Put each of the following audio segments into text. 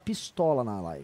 pistola na live.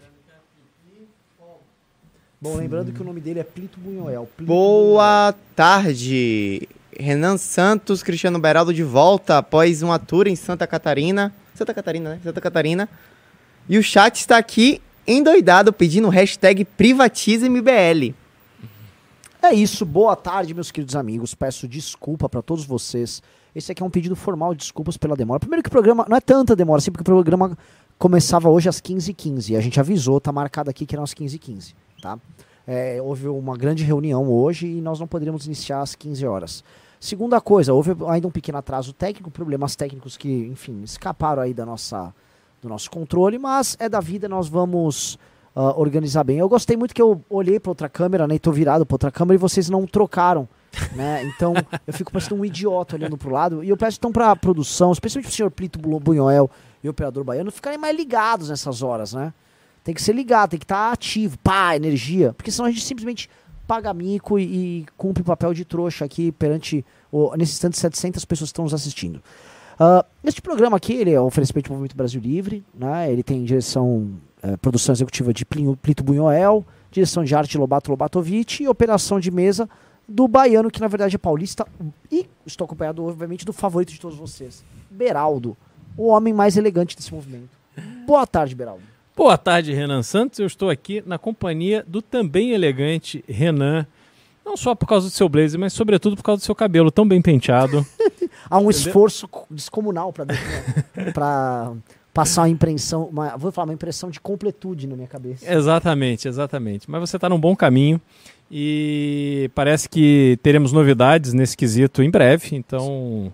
Bom, lembrando que o nome dele é Plito Bunhoel. Boa tarde. Renan Santos, Cristiano Beraldo de volta após uma tour em Santa Catarina. Santa Catarina, né? Santa Catarina. E o chat está aqui endoidado pedindo hashtag PrivatizeMBL. É isso, boa tarde, meus queridos amigos. Peço desculpa para todos vocês. Esse aqui é um pedido formal de desculpas pela demora. Primeiro que o programa, não é tanta demora assim, porque o programa começava hoje às 15h15. A gente avisou, tá marcado aqui que eram às 15h15, tá? Houve uma grande reunião hoje e nós não poderíamos iniciar às 15 horas. Segunda coisa, houve ainda um pequeno atraso técnico, problemas técnicos que, enfim, escaparam aí do nosso controle, mas é da vida, nós vamos organizar bem. Eu gostei muito que eu olhei para outra câmera, né, e tô virado para outra câmera e vocês não trocaram, né, então eu fico parecendo um idiota olhando pro lado, e eu peço então pra produção, especialmente pro senhor Plito Bunhoel e o operador baiano, ficarem mais ligados nessas horas, né, tem que ser ligado, tem que estar ativo, energia, porque senão a gente simplesmente paga mico e cumpre o papel de trouxa aqui perante, nesse instante, 700 pessoas que estão nos assistindo. Este programa aqui, ele é um oferecimento do Movimento Brasil Livre, né? Ele tem produção executiva de Plito Bunhoel, direção de arte Lobato Lobatovic e operação de mesa do baiano, que na verdade é paulista, e estou acompanhado, obviamente, do favorito de todos vocês, Beraldo, o homem mais elegante desse movimento. Boa tarde, Beraldo. Boa tarde, Renan Santos. Eu estou aqui na companhia do também elegante Renan, não só por causa do seu blazer, mas sobretudo por causa do seu cabelo tão bem penteado. Há um esforço descomunal para passar uma impressão, uma impressão de completude na minha cabeça. Exatamente. Mas você está num bom caminho e parece que teremos novidades nesse quesito em breve, então...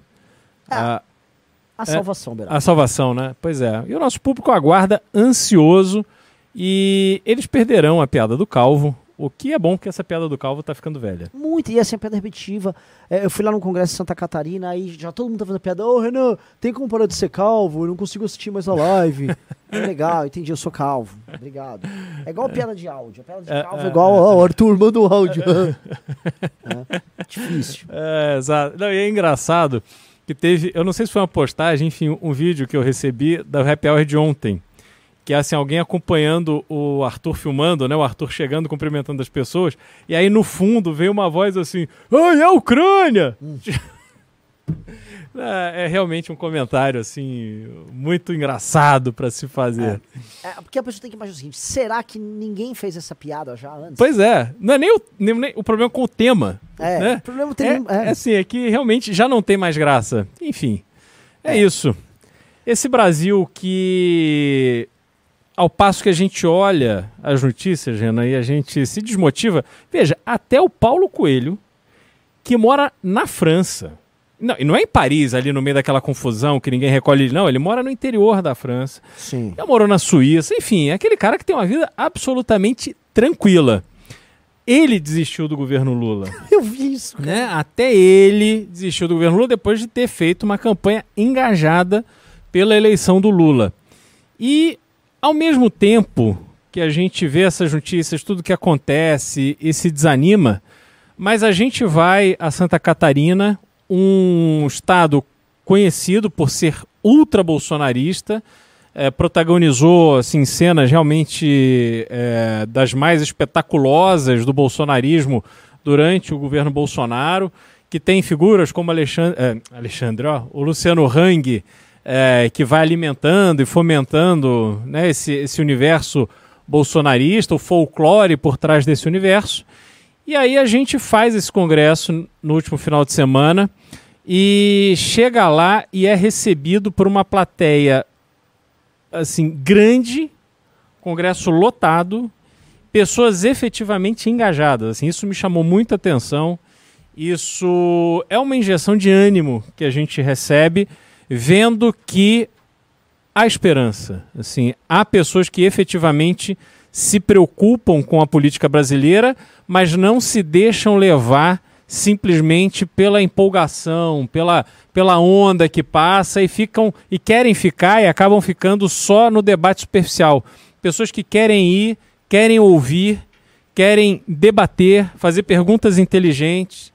A salvação, Beraldo. A salvação, né? Pois é. E o nosso público aguarda ansioso e eles perderão a piada do Calvo, o que é bom porque essa piada do Calvo tá ficando velha. Muito, e essa é a piada repetitiva. Eu fui lá no Congresso de Santa Catarina, aí já todo mundo tá fazendo piada. Renan, tem como parar de ser calvo? Eu não consigo assistir mais a live. Legal, entendi, eu sou calvo. Obrigado. É igual a piada de áudio. A piada de calvo é igual, Arthur, manda o áudio. Difícil. Exato. Não, e é engraçado que teve, eu não sei se foi uma postagem, enfim, um vídeo que eu recebi da Happy Hour de ontem, que é assim, alguém acompanhando o Arthur filmando, né, o Arthur chegando, cumprimentando as pessoas, e aí no fundo veio uma voz assim, ai, é a Ucrânia! É realmente um comentário, assim, muito engraçado para se fazer. Porque a pessoa tem que imaginar o seguinte, será que ninguém fez essa piada já antes? Pois é, não é nem o problema com o tema. Né? O problema assim, é que realmente já não tem mais graça. Enfim, é isso. Esse Brasil que, ao passo que a gente olha as notícias, Renan, e a gente se desmotiva, veja, até o Paulo Coelho, que mora na França, não, e não é em Paris, ali no meio daquela confusão que ninguém recolhe ele, não. Ele mora no interior da França. Sim. Já morou na Suíça. Enfim, é aquele cara que tem uma vida absolutamente tranquila. Ele desistiu do governo Lula. Eu vi isso, cara. Né? Até ele desistiu do governo Lula depois de ter feito uma campanha engajada pela eleição do Lula. E, ao mesmo tempo que a gente vê essas notícias, tudo que acontece e se desanima, mas a gente vai a Santa Catarina, um estado conhecido por ser ultra-bolsonarista, protagonizou assim, cenas realmente das mais espetaculosas do bolsonarismo durante o governo Bolsonaro, que tem figuras como o Luciano Hang, que vai alimentando e fomentando, né, esse universo bolsonarista, o folclore por trás desse universo. E aí a gente faz esse congresso no último final de semana e chega lá e é recebido por uma plateia assim, grande, congresso lotado, pessoas efetivamente engajadas. Assim, isso me chamou muita atenção. Isso é uma injeção de ânimo que a gente recebe vendo que há esperança. Assim, há pessoas que efetivamente se preocupam com a política brasileira, mas não se deixam levar simplesmente pela empolgação, pela onda que passa e querem ficar e acabam ficando só no debate superficial. Pessoas que querem ir, querem ouvir, querem debater, fazer perguntas inteligentes.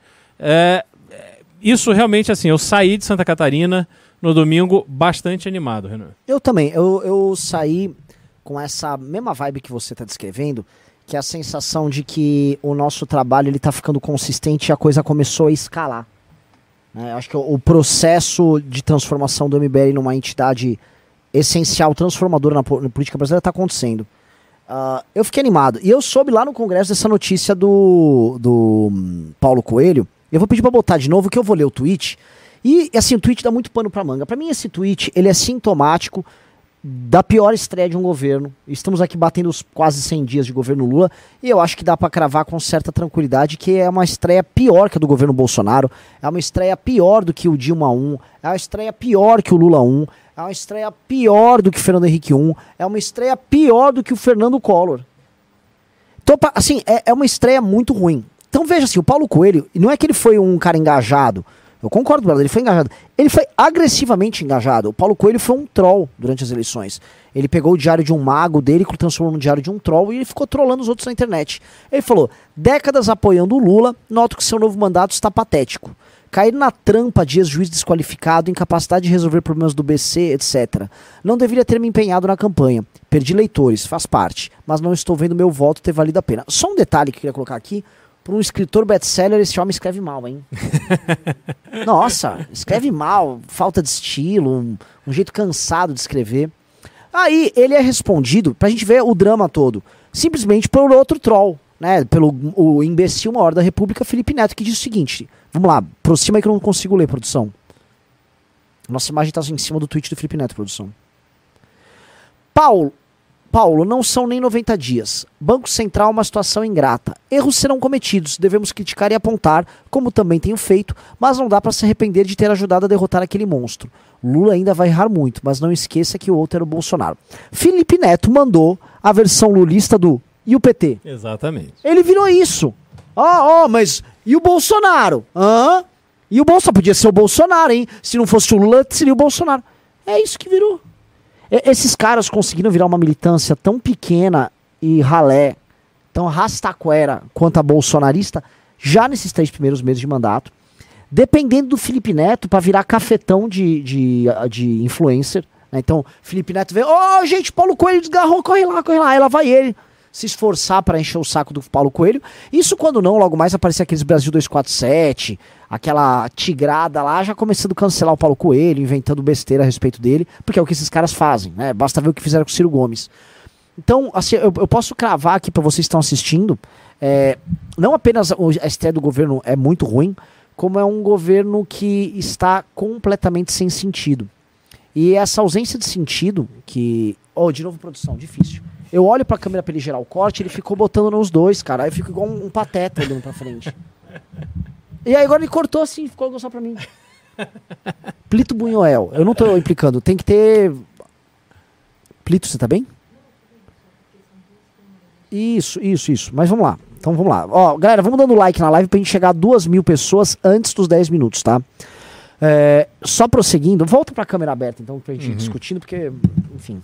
Isso realmente, assim, eu saí de Santa Catarina no domingo bastante animado, Renan. Eu também. Eu saí com essa mesma vibe que você está descrevendo, que é a sensação de que o nosso trabalho ele tá ficando consistente e a coisa começou a escalar. Acho que o processo de transformação do MBL numa entidade essencial, transformadora na política brasileira está acontecendo. Eu fiquei animado. E eu soube lá no Congresso dessa notícia do Paulo Coelho. Eu vou pedir para botar de novo, que eu vou ler o tweet. E assim, o tweet dá muito pano pra manga. Para mim esse tweet, ele é sintomático da pior estreia de um governo. Estamos aqui batendo os quase 100 dias de governo Lula, e eu acho que dá para cravar com certa tranquilidade que é uma estreia pior que a do governo Bolsonaro, é uma estreia pior do que o Dilma 1, é uma estreia pior que o Lula 1, é uma estreia pior do que o Fernando Henrique 1, é uma estreia pior do que o Fernando Collor. Então, assim, é uma estreia muito ruim. Então veja assim, o Paulo Coelho, não é que ele foi um cara engajado, eu concordo, ele foi engajado. Ele foi agressivamente engajado. O Paulo Coelho foi um troll durante as eleições. Ele pegou o diário de um mago dele, transformou no diário de um troll e ele ficou trollando os outros na internet. Ele falou, décadas apoiando o Lula, noto que seu novo mandato está patético. Cair na trampa de ex-juiz desqualificado, incapacidade de resolver problemas do BC, etc. Não deveria ter me empenhado na campanha. Perdi leitores, faz parte. Mas não estou vendo meu voto ter valido a pena. Só um detalhe que eu queria colocar aqui. Para um escritor best-seller, esse homem escreve mal, hein? Nossa, escreve mal, falta de estilo, um jeito cansado de escrever. Aí ele é respondido, pra gente ver o drama todo, simplesmente por outro troll, né? Pelo o imbecil maior da República, Felipe Neto, que diz o seguinte, vamos lá, aproxima aí que eu não consigo ler, produção. Nossa imagem tá em cima do tweet do Felipe Neto, produção. Paulo, não são nem 90 dias. Banco Central é uma situação ingrata. Erros serão cometidos, devemos criticar e apontar, como também tenho feito, mas não dá para se arrepender de ter ajudado a derrotar aquele monstro. Lula ainda vai errar muito, mas não esqueça que o outro era o Bolsonaro. Felipe Neto mandou a versão lulista do e o PT. Exatamente. Ele virou isso. Mas e o Bolsonaro? E o Bolsonaro? Podia ser o Bolsonaro, hein? Se não fosse o Lula, seria o Bolsonaro. É isso que virou. Esses caras conseguiram virar uma militância tão pequena e ralé, tão rastaquera quanto a bolsonarista, já nesses 3 primeiros meses de mandato, dependendo do Felipe Neto para virar cafetão de influencer. Né? Então, Felipe Neto vê, gente, Paulo Coelho desgarrou, corre lá. Aí lá vai ele se esforçar para encher o saco do Paulo Coelho. Isso quando não, logo mais aparecer aqueles Brasil 247, aquela tigrada lá, já começando a cancelar o Paulo Coelho, inventando besteira a respeito dele, porque é o que esses caras fazem, né? Basta ver o que fizeram com o Ciro Gomes. Então, assim, eu posso cravar aqui para vocês que estão assistindo, não apenas a estreia do governo é muito ruim, como é um governo que está completamente sem sentido. E essa ausência de sentido que... de novo, produção, difícil. Eu olho pra câmera pra ele gerar o corte, ele ficou botando nos dois, cara. Aí eu fico igual um pateta olhando pra frente. E aí agora ele cortou assim, ficou só pra mim. Plito Bunhoel. Eu não tô implicando, tem que ter... Plito, você tá bem? Isso. Mas vamos lá. Então vamos lá. Galera, vamos dando like na live pra gente chegar a 2.000 pessoas antes dos 10 minutos, tá? Só prosseguindo, volta pra câmera aberta então pra gente ir discutindo, porque, enfim...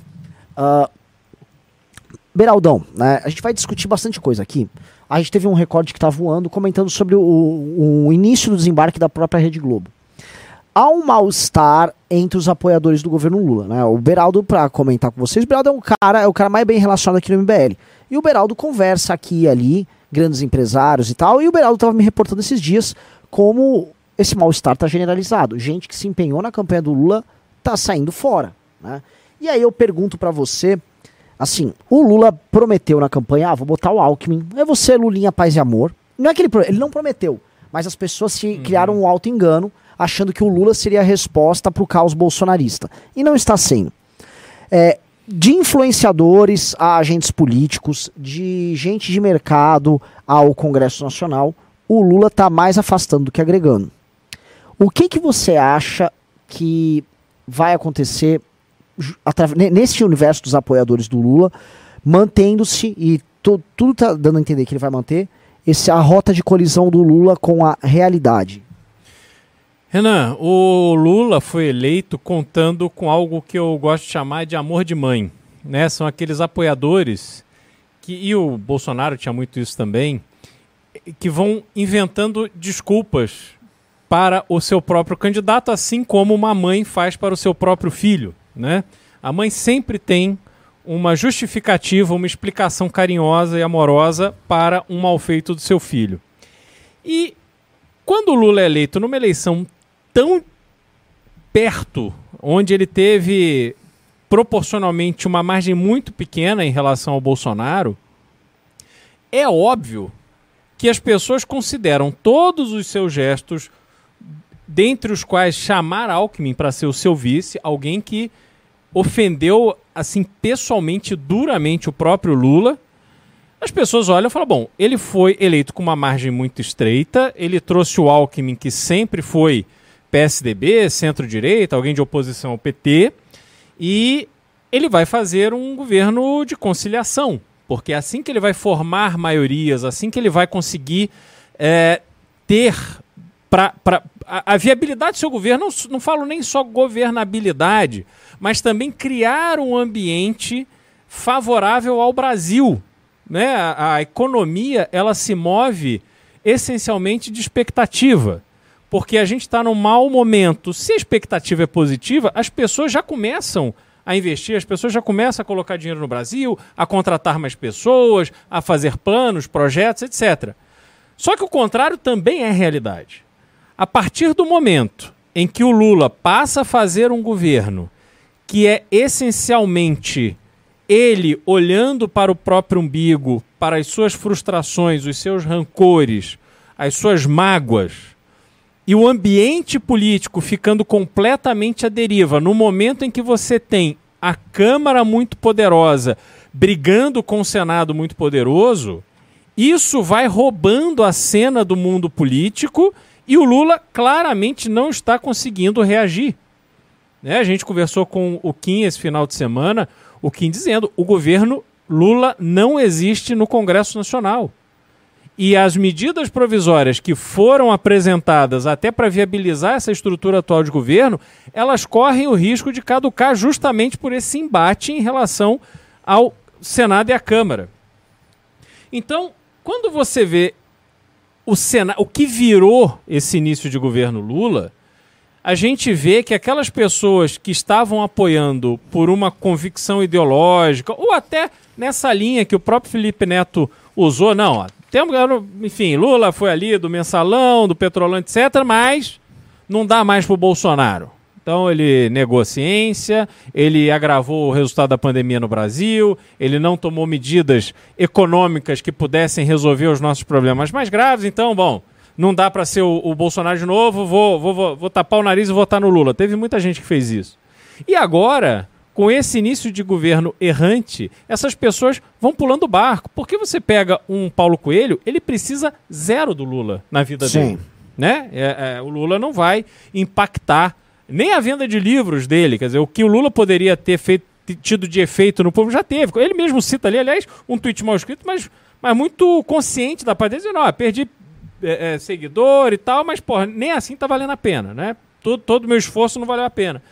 Beraldão, né? A gente vai discutir bastante coisa aqui. A gente teve um recorde que tá voando comentando sobre o início do desembarque da própria Rede Globo. Há um mal-estar entre os apoiadores do governo Lula, né? O Beraldo, pra comentar com vocês, o Beraldo é o cara mais bem relacionado aqui no MBL. E o Beraldo conversa aqui e ali, grandes empresários e tal, e o Beraldo tava me reportando esses dias como esse mal-estar tá generalizado. Gente que se empenhou na campanha do Lula tá saindo fora, né? E aí eu pergunto pra você, assim, o Lula prometeu na campanha, vou botar o Alckmin, é você, Lulinha, paz e amor. Não é que ele não prometeu, mas as pessoas criaram um auto-engano, achando que o Lula seria a resposta pro caos bolsonarista. E não está sendo. De influenciadores a agentes políticos, de gente de mercado ao Congresso Nacional, o Lula está mais afastando do que agregando. O que você acha que vai acontecer nesse universo dos apoiadores do Lula, mantendo-se, e tudo está dando a entender que ele vai manter, a rota de colisão do Lula com a realidade? Renan, o Lula foi eleito contando com algo que eu gosto de chamar de amor de mãe, né? São aqueles apoiadores, e o Bolsonaro tinha muito isso também, que vão inventando desculpas para o seu próprio candidato, assim como uma mãe faz para o seu próprio filho, né? A mãe sempre tem uma justificativa, uma explicação carinhosa e amorosa para um mal feito do seu filho. E quando o Lula é eleito numa eleição tão perto, onde ele teve proporcionalmente uma margem muito pequena em relação ao Bolsonaro, é óbvio que as pessoas consideram todos os seus gestos, dentre os quais chamar Alckmin para ser o seu vice, alguém que ofendeu assim pessoalmente, duramente o próprio Lula. As pessoas olham e falam, bom, ele foi eleito com uma margem muito estreita, ele trouxe o Alckmin, que sempre foi PSDB, centro-direita, alguém de oposição ao PT, e ele vai fazer um governo de conciliação, porque é assim que ele vai formar maiorias, assim que ele vai conseguir ter a viabilidade do seu governo, não falo nem só governabilidade, mas também criar um ambiente favorável ao Brasil. Né? A economia ela se move essencialmente de expectativa, porque a gente está num mau momento. Se a expectativa é positiva, as pessoas já começam a investir, as pessoas já começam a colocar dinheiro no Brasil, a contratar mais pessoas, a fazer planos, projetos, etc. Só que o contrário também é realidade. A partir do momento em que o Lula passa a fazer um governo que é essencialmente ele olhando para o próprio umbigo, para as suas frustrações, os seus rancores, as suas mágoas, e o ambiente político ficando completamente à deriva, no momento em que você tem a Câmara muito poderosa brigando com o Senado muito poderoso, isso vai roubando a cena do mundo político e o Lula claramente não está conseguindo reagir. Né? A gente conversou com o Kim esse final de semana, o Kim dizendo o governo Lula não existe no Congresso Nacional. E as medidas provisórias que foram apresentadas até para viabilizar essa estrutura atual de governo, elas correm o risco de caducar justamente por esse embate em relação ao Senado e à Câmara. Então, quando você vê o que virou esse início de governo Lula, a gente vê que aquelas pessoas que estavam apoiando por uma convicção ideológica, ou até nessa linha que o próprio Felipe Neto usou, não, ó, enfim, Lula foi ali do mensalão, do petrolão, etc., mas não dá mais para o Bolsonaro. Então ele negou a ciência, ele agravou o resultado da pandemia no Brasil, ele não tomou medidas econômicas que pudessem resolver os nossos problemas mais graves, então, bom, não dá para ser o Bolsonaro de novo, vou tapar o nariz e votar no Lula. Teve muita gente que fez isso. E agora, com esse início de governo errante, essas pessoas vão pulando o barco. Porque você pega um Paulo Coelho, ele precisa zero do Lula na vida dele. Né? O Lula não vai impactar nem a venda de livros dele. Quer dizer, o que o Lula poderia ter tido de efeito no povo já teve. Ele mesmo cita ali, aliás, um tweet mal escrito, mas muito consciente da parte dele. Dizer, não, perdi seguidor e tal, mas porra, nem assim tá valendo a pena, né? Todo meu esforço não valeu a pena.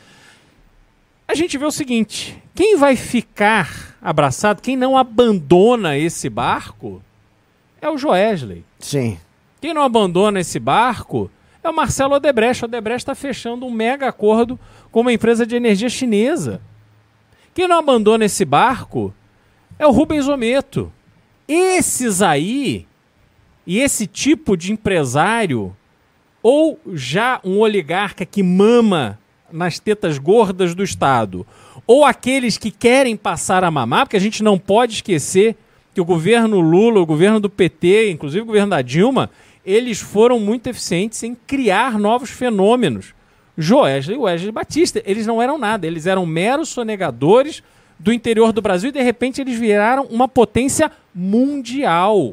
A gente vê o seguinte, quem vai ficar abraçado, quem não abandona esse barco é o Joesley. Sim. Quem não abandona esse barco é o Marcelo Odebrecht. O Odebrecht está fechando um mega acordo com uma empresa de energia chinesa. Quem não abandona esse barco é o Rubens Ometo. Esses aí, e esse tipo de empresário, ou já um oligarca que mama nas tetas gordas do Estado, ou aqueles que querem passar a mamar, porque a gente não pode esquecer que o governo Lula, o governo do PT, inclusive o governo da Dilma, eles foram muito eficientes em criar novos fenômenos. Joesley e Wesley Batista, eles não eram nada, eles eram meros sonegadores do interior do Brasil e de repente eles viraram uma potência mundial.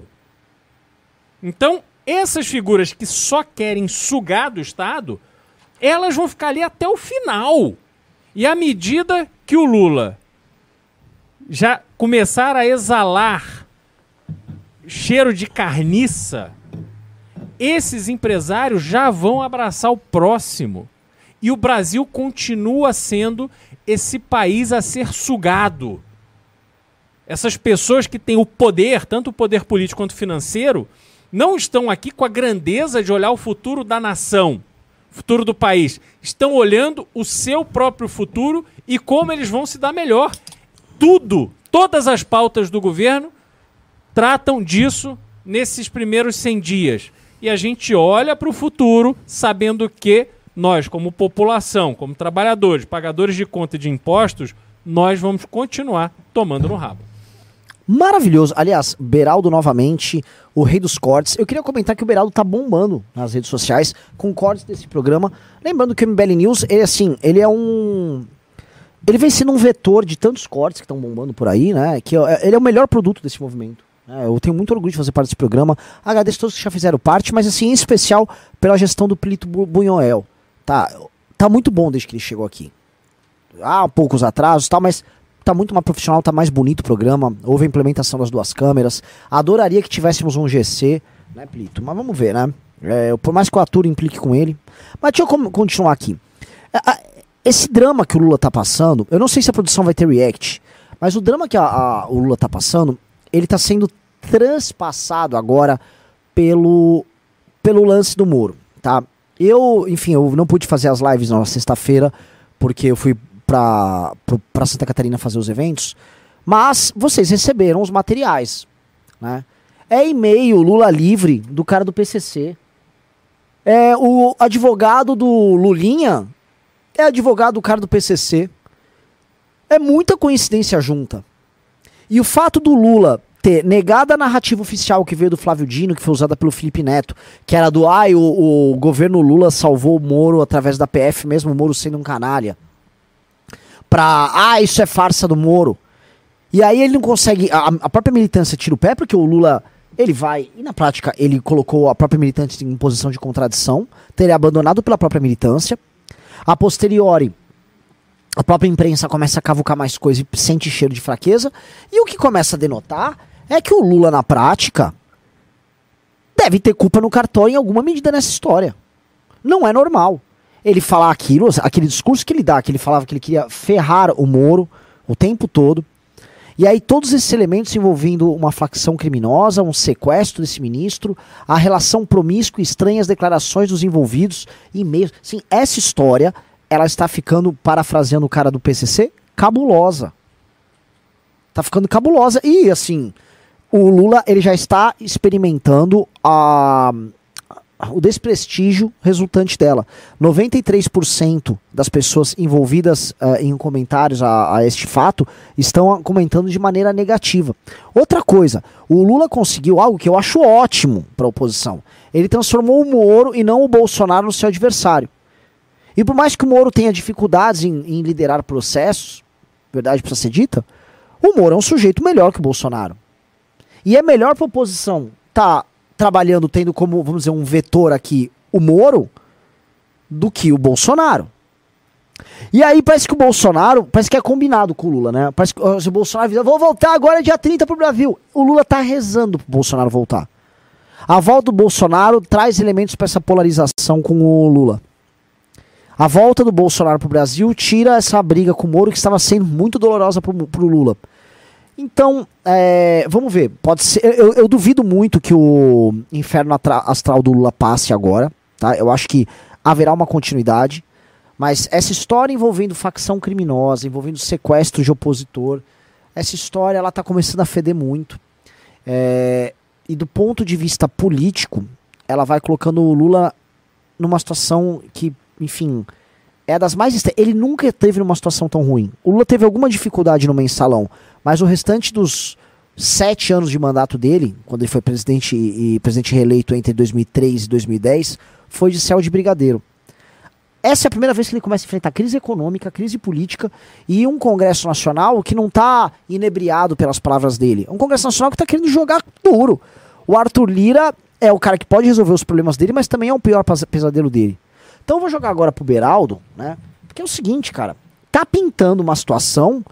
Então, essas figuras que só querem sugar do Estado, elas vão ficar ali até o final. E à medida que o Lula já começar a exalar cheiro de carniça, esses empresários já vão abraçar o próximo. E o Brasil continua sendo esse país a ser sugado. Essas pessoas que têm o poder, tanto o poder político quanto financeiro, não estão aqui com a grandeza de olhar o futuro da nação, o futuro do país. Estão olhando o seu próprio futuro e como eles vão se dar melhor. todas as pautas do governo tratam disso nesses primeiros 100 dias. E a gente olha para o futuro sabendo que nós, como população, como trabalhadores, pagadores de conta e de impostos, nós vamos continuar tomando no rabo. Maravilhoso. Aliás, Beraldo novamente, o rei dos cortes. Eu queria comentar que o Beraldo tá bombando nas redes sociais com cortes desse programa. Lembrando que o MBL News, ele é um... Ele vem sendo um vetor de tantos cortes que estão bombando por aí, né? Que ele é o melhor produto desse movimento. Eu tenho muito orgulho de fazer parte desse programa. Agradeço a todos que já fizeram parte, mas assim, em especial pela gestão do Plito Bunhoel. Tá muito bom desde que ele chegou aqui. Há poucos atrasos e tal, mas tá muito mais profissional, tá mais bonito o programa. Houve a implementação das 2 câmeras. Adoraria que tivéssemos um GC, né, Plito? Mas vamos ver, né? Por mais que o ator implique com ele. Mas deixa eu continuar aqui. Esse drama que o Lula tá passando, eu não sei se a produção vai ter react, mas o drama que o Lula tá passando, ele tá sendo transpassado agora pelo lance do Moro, tá? Eu não pude fazer as lives na sexta-feira, porque eu fui pra Santa Catarina fazer os eventos, mas vocês receberam os materiais, né? É e-mail Lula livre do cara do PCC. O advogado do Lulinha é advogado do cara do PCC. É muita coincidência junta. E o fato do Lula ter negado a narrativa oficial que veio do Flávio Dino, que foi usada pelo Felipe Neto, que era do o governo Lula salvou o Moro através da PF, mesmo o Moro sendo um canalha, isso é farsa do Moro. E aí ele não consegue, a própria militância tira o pé, porque o Lula, ele vai, e na prática ele colocou a própria militância em posição de contradição, teria abandonado pela própria militância. A posteriori, a própria imprensa começa a cavucar mais coisa e sente cheiro de fraqueza. E o que começa a denotar é que o Lula, na prática, deve ter culpa no cartório em alguma medida nessa história. Não é normal. Ele falar aquele discurso que ele dá, que ele falava que ele queria ferrar o Moro o tempo todo. E aí todos esses elementos envolvendo uma facção criminosa, um sequestro desse ministro, a relação promíscua e estranha, as declarações dos envolvidos, e-mails. Sim, essa história, ela está ficando, parafraseando o cara do PCC, cabulosa. Tá ficando cabulosa. E, assim, o Lula, ele já está experimentando o desprestígio resultante dela. 93% das pessoas envolvidas em comentários a este fato estão comentando de maneira negativa. Outra coisa, o Lula conseguiu algo que eu acho ótimo para a oposição. Ele transformou o Moro e não o Bolsonaro no seu adversário. E por mais que o Moro tenha dificuldades em liderar processos, verdade precisa ser dita, o Moro é um sujeito melhor que o Bolsonaro. E é melhor para a oposição trabalhando, tendo como, vamos dizer, um vetor aqui, o Moro, do que o Bolsonaro. E aí parece que o Bolsonaro, parece que é combinado com o Lula, né? Parece que o Bolsonaro avisa, vou voltar agora dia 30 pro Brasil. O Lula tá rezando pro Bolsonaro voltar. A volta do Bolsonaro traz elementos para essa polarização com o Lula. A volta do Bolsonaro pro Brasil tira essa briga com o Moro que estava sendo muito dolorosa pro Lula. Então, vamos ver. Pode ser. Eu duvido muito que o inferno astral do Lula passe agora, tá? Eu acho que haverá uma continuidade. Mas essa história envolvendo facção criminosa, envolvendo sequestro de opositor, essa história ela tá começando a feder muito. E do ponto de vista político, ela vai colocando o Lula numa situação que, enfim, é das mais... Ele nunca esteve numa situação tão ruim. O Lula teve alguma dificuldade no mensalão, mas o restante dos 7 anos de mandato dele, quando ele foi presidente e presidente reeleito entre 2003 e 2010, foi de céu de brigadeiro. Essa é a primeira vez que ele começa a enfrentar crise econômica, crise política e um Congresso Nacional que não está inebriado pelas palavras dele. Um Congresso Nacional que está querendo jogar duro. O Arthur Lira é o cara que pode resolver os problemas dele, mas também é o pior pesadelo dele. Então eu vou jogar agora pro Beraldo, né? Porque é o seguinte, cara, tá pintando uma situação...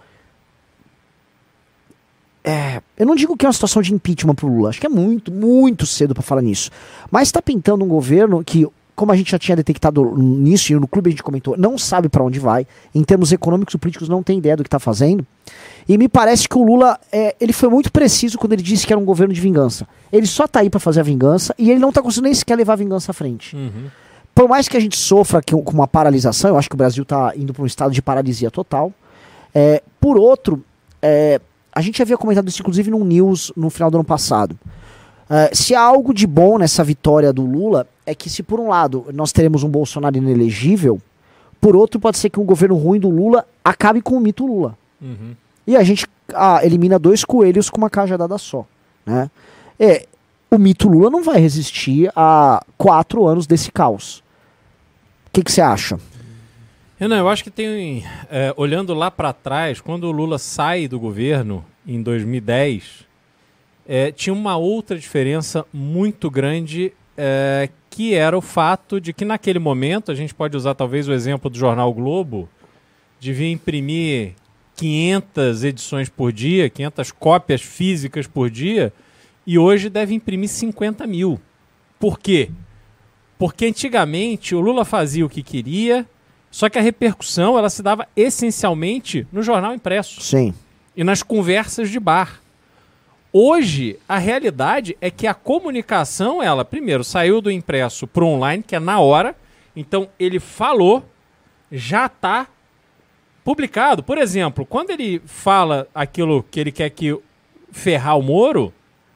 eu não digo que é uma situação de impeachment pro Lula, acho que é muito, muito cedo pra falar nisso. Mas tá pintando um governo que, como a gente já tinha detectado nisso e no clube a gente comentou, não sabe pra onde vai. Em termos econômicos e políticos não tem ideia do que tá fazendo. E me parece que o Lula, ele foi muito preciso quando ele disse que era um governo de vingança. Ele só tá aí pra fazer a vingança e ele não tá conseguindo nem sequer levar a vingança à frente. Uhum. Por mais que a gente sofra com uma paralisação, eu acho que o Brasil tá indo pra um estado de paralisia total. Por outro, a gente havia comentado isso, inclusive, num news no final do ano passado. Se há algo de bom nessa vitória do Lula, é que se por um lado nós teremos um Bolsonaro inelegível, por outro pode ser que um governo ruim do Lula acabe com o mito Lula. Uhum. E a gente elimina 2 coelhos com uma cajadada só, né? O mito Lula não vai resistir a 4 anos desse caos. O que você acha? Renan, eu acho que tem, olhando lá para trás, quando o Lula sai do governo em 2010, tinha uma outra diferença muito grande, que era o fato de que naquele momento, a gente pode usar talvez o exemplo do jornal o Globo, devia imprimir 500 edições por dia, 500 cópias físicas por dia, e hoje deve imprimir 50 mil. Por quê? Porque antigamente o Lula fazia o que queria, só que a repercussão ela se dava essencialmente no jornal impresso. Sim. E nas conversas de bar. Hoje, a realidade é que a comunicação, ela primeiro saiu do impresso para o online, que é na hora. Então, ele falou, já está publicado. Por exemplo, quando ele fala aquilo que ele quer que ferrar o Moro,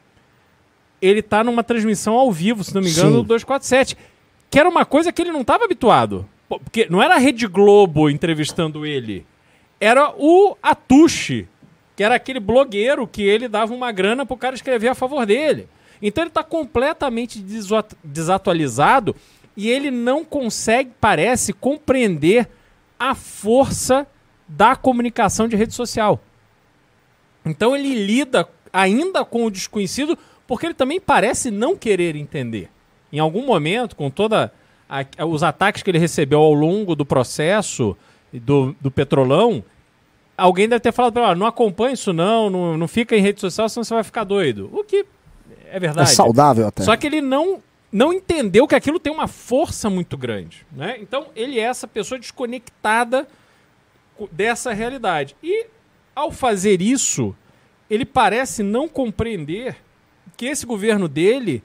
ele está numa transmissão ao vivo, se não me engano, Sim. no 247. Que era uma coisa que ele não estava habituado. Porque não era a Rede Globo entrevistando ele. Era o Atushi, que era aquele blogueiro que ele dava uma grana pro cara escrever a favor dele. Então ele está completamente desatualizado e ele não consegue, parece, compreender a força da comunicação de rede social. Então ele lida ainda com o desconhecido porque ele também parece não querer entender. Em algum momento, com toda os ataques que ele recebeu ao longo do processo do Petrolão, alguém deve ter falado para ele, não acompanha isso não fica em rede social, senão você vai ficar doido. O que é verdade. É saudável até. Só que ele não entendeu que aquilo tem uma força muito grande, né? Então ele é essa pessoa desconectada dessa realidade. E ao fazer isso, ele parece não compreender que esse governo dele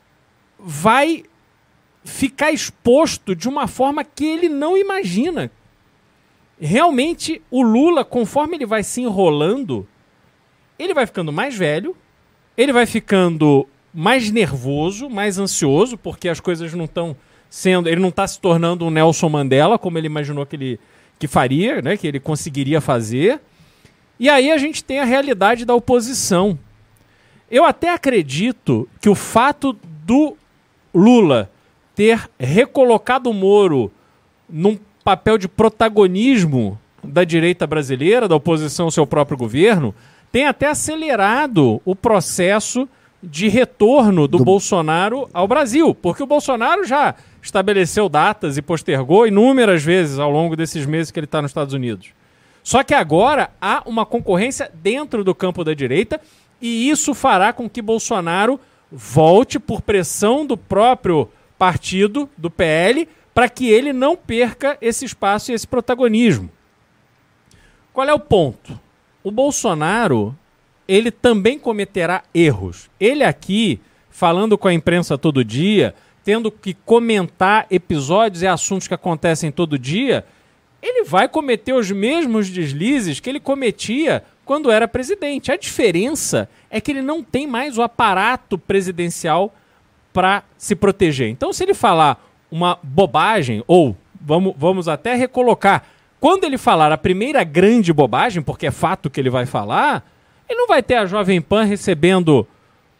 vai ficar exposto de uma forma que ele não imagina. Realmente, o Lula, conforme ele vai se enrolando, ele vai ficando mais velho, ele vai ficando mais nervoso, mais ansioso, porque as coisas não estão sendo... Ele não está se tornando um Nelson Mandela, como ele imaginou que faria, né, que ele conseguiria fazer. E aí a gente tem a realidade da oposição. Eu até acredito que o fato do Lula ter recolocado o Moro num papel de protagonismo da direita brasileira, da oposição ao seu próprio governo, tem até acelerado o processo de retorno do Bolsonaro ao Brasil, porque o Bolsonaro já estabeleceu datas e postergou inúmeras vezes ao longo desses meses que ele está nos Estados Unidos. Só que agora há uma concorrência dentro do campo da direita e isso fará com que Bolsonaro volte por pressão do próprio partido, do PL, para que ele não perca esse espaço e esse protagonismo. Qual é o ponto? O Bolsonaro, ele também cometerá erros. Ele aqui, falando com a imprensa todo dia, tendo que comentar episódios e assuntos que acontecem todo dia, ele vai cometer os mesmos deslizes que ele cometia quando era presidente. A diferença é que ele não tem mais o aparato presidencial para se proteger. Então, se ele falar uma bobagem, ou vamos até recolocar, quando ele falar a primeira grande bobagem, porque é fato que ele vai falar, ele não vai ter a Jovem Pan recebendo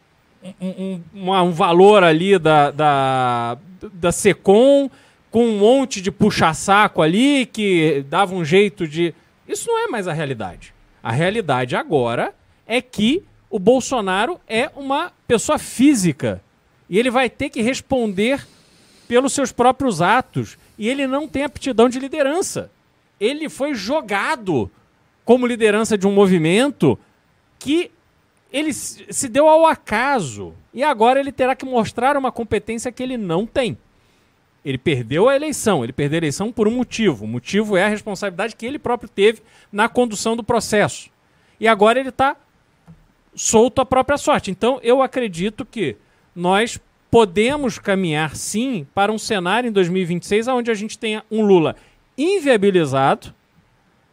um valor ali da Secom, com um monte de puxa-saco ali, que dava um jeito de... Isso não é mais a realidade. A realidade agora é que o Bolsonaro é uma pessoa física e ele vai ter que responder pelos seus próprios atos e ele não tem aptidão de liderança. Ele foi jogado como liderança de um movimento que ele se deu ao acaso e agora ele terá que mostrar uma competência que ele não tem. Ele perdeu a eleição. Ele perdeu a eleição por um motivo. O motivo é a responsabilidade que ele próprio teve na condução do processo. E agora ele está solto à própria sorte. Então, eu acredito que nós podemos caminhar, sim, para um cenário em 2026 onde a gente tenha um Lula inviabilizado,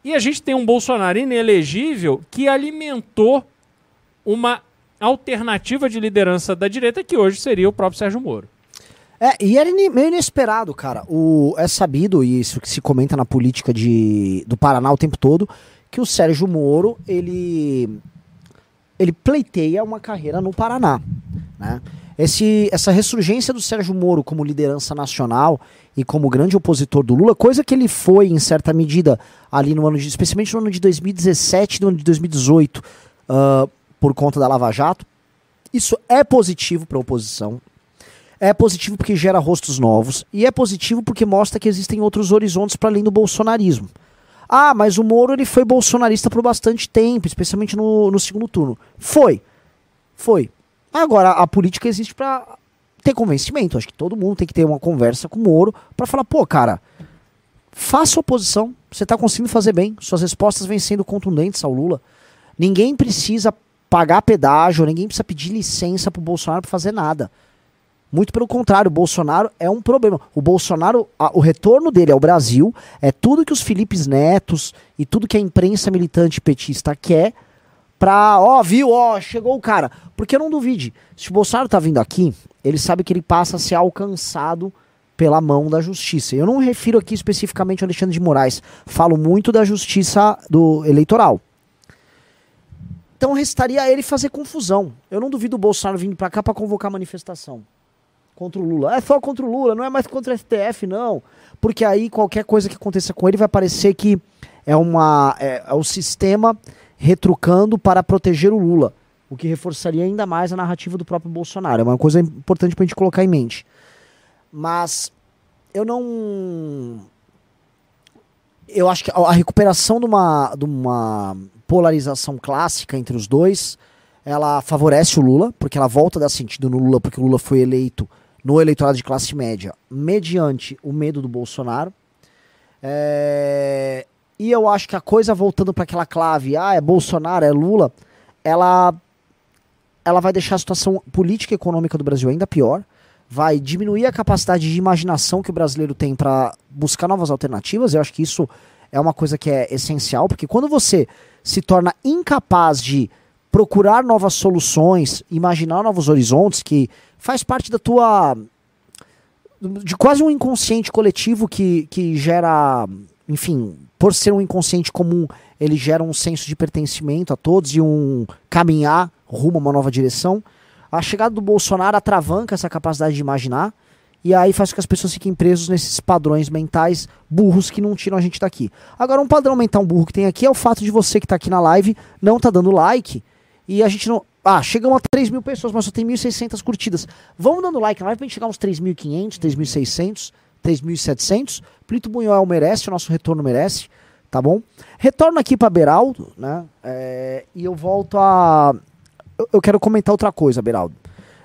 E a gente tem um Bolsonaro inelegível que alimentou uma alternativa de liderança da direita que hoje seria o próprio Sérgio Moro. E era meio inesperado, cara. É sabido, e isso que se comenta na política do Paraná o tempo todo, que o Sérgio Moro, ele pleiteia uma carreira no Paraná, né? Essa ressurgência do Sérgio Moro como liderança nacional e como grande opositor do Lula, coisa que ele foi, em certa medida, ali especialmente no ano de 2017 e no ano de 2018, por conta da Lava Jato, isso é positivo para a oposição. É positivo porque gera rostos novos. E é positivo porque mostra que existem outros horizontes para além do bolsonarismo. Ah, mas o Moro ele foi bolsonarista por bastante tempo, especialmente no segundo turno. Foi. Agora, a política existe para ter convencimento. Acho que todo mundo tem que ter uma conversa com o Moro para falar, pô, cara, faça oposição. Você tá conseguindo fazer bem. Suas respostas vêm sendo contundentes ao Lula. Ninguém precisa pagar pedágio, ninguém precisa pedir licença pro Bolsonaro para fazer nada. Muito pelo contrário, o Bolsonaro é um problema. O Bolsonaro, o retorno dele ao Brasil é tudo que os Filipes Netos e tudo que a imprensa militante petista quer pra, chegou o cara. Porque não duvide, se o Bolsonaro tá vindo aqui, ele sabe que ele passa a ser alcançado pela mão da justiça. Eu não me refiro aqui especificamente ao Alexandre de Moraes, falo muito da justiça eleitoral. Então restaria a ele fazer confusão. Eu não duvido o Bolsonaro vir pra cá pra convocar manifestação contra o Lula. É só contra o Lula, não é mais contra o STF, não. Porque aí qualquer coisa que aconteça com ele vai parecer que é o sistema retrucando para proteger o Lula. O que reforçaria ainda mais a narrativa do próprio Bolsonaro. É uma coisa importante pra gente colocar em mente. Mas eu acho que a recuperação de uma polarização clássica entre os dois, ela favorece o Lula, porque ela volta a dar sentido no Lula, porque o Lula foi eleito no eleitorado de classe média, mediante o medo do Bolsonaro. E eu acho que a coisa voltando para aquela clave, é Bolsonaro, é Lula, ela vai deixar a situação política e econômica do Brasil ainda pior, vai diminuir a capacidade de imaginação que o brasileiro tem para buscar novas alternativas. Eu acho que isso é uma coisa que é essencial, porque quando você se torna incapaz de procurar novas soluções, imaginar novos horizontes, que faz parte de quase um inconsciente coletivo que gera, enfim, por ser um inconsciente comum, ele gera um senso de pertencimento a todos e um caminhar rumo a uma nova direção. A chegada do Bolsonaro atravanca essa capacidade de imaginar, e aí faz com que as pessoas fiquem presos nesses padrões mentais burros que não tiram a gente daqui. Agora, um padrão mental burro que tem aqui é o fato de você que tá aqui na live não tá dando like, e a gente não... chegamos a 3 mil pessoas, mas só tem 1.600 curtidas. Vamos dando like na live pra gente chegar a uns 3.500, 3.600, 3.700. Plito Buñuel merece, o nosso retorno merece, tá bom? Retorno aqui pra Beraldo, né? E eu volto a... Eu quero comentar outra coisa, Beraldo.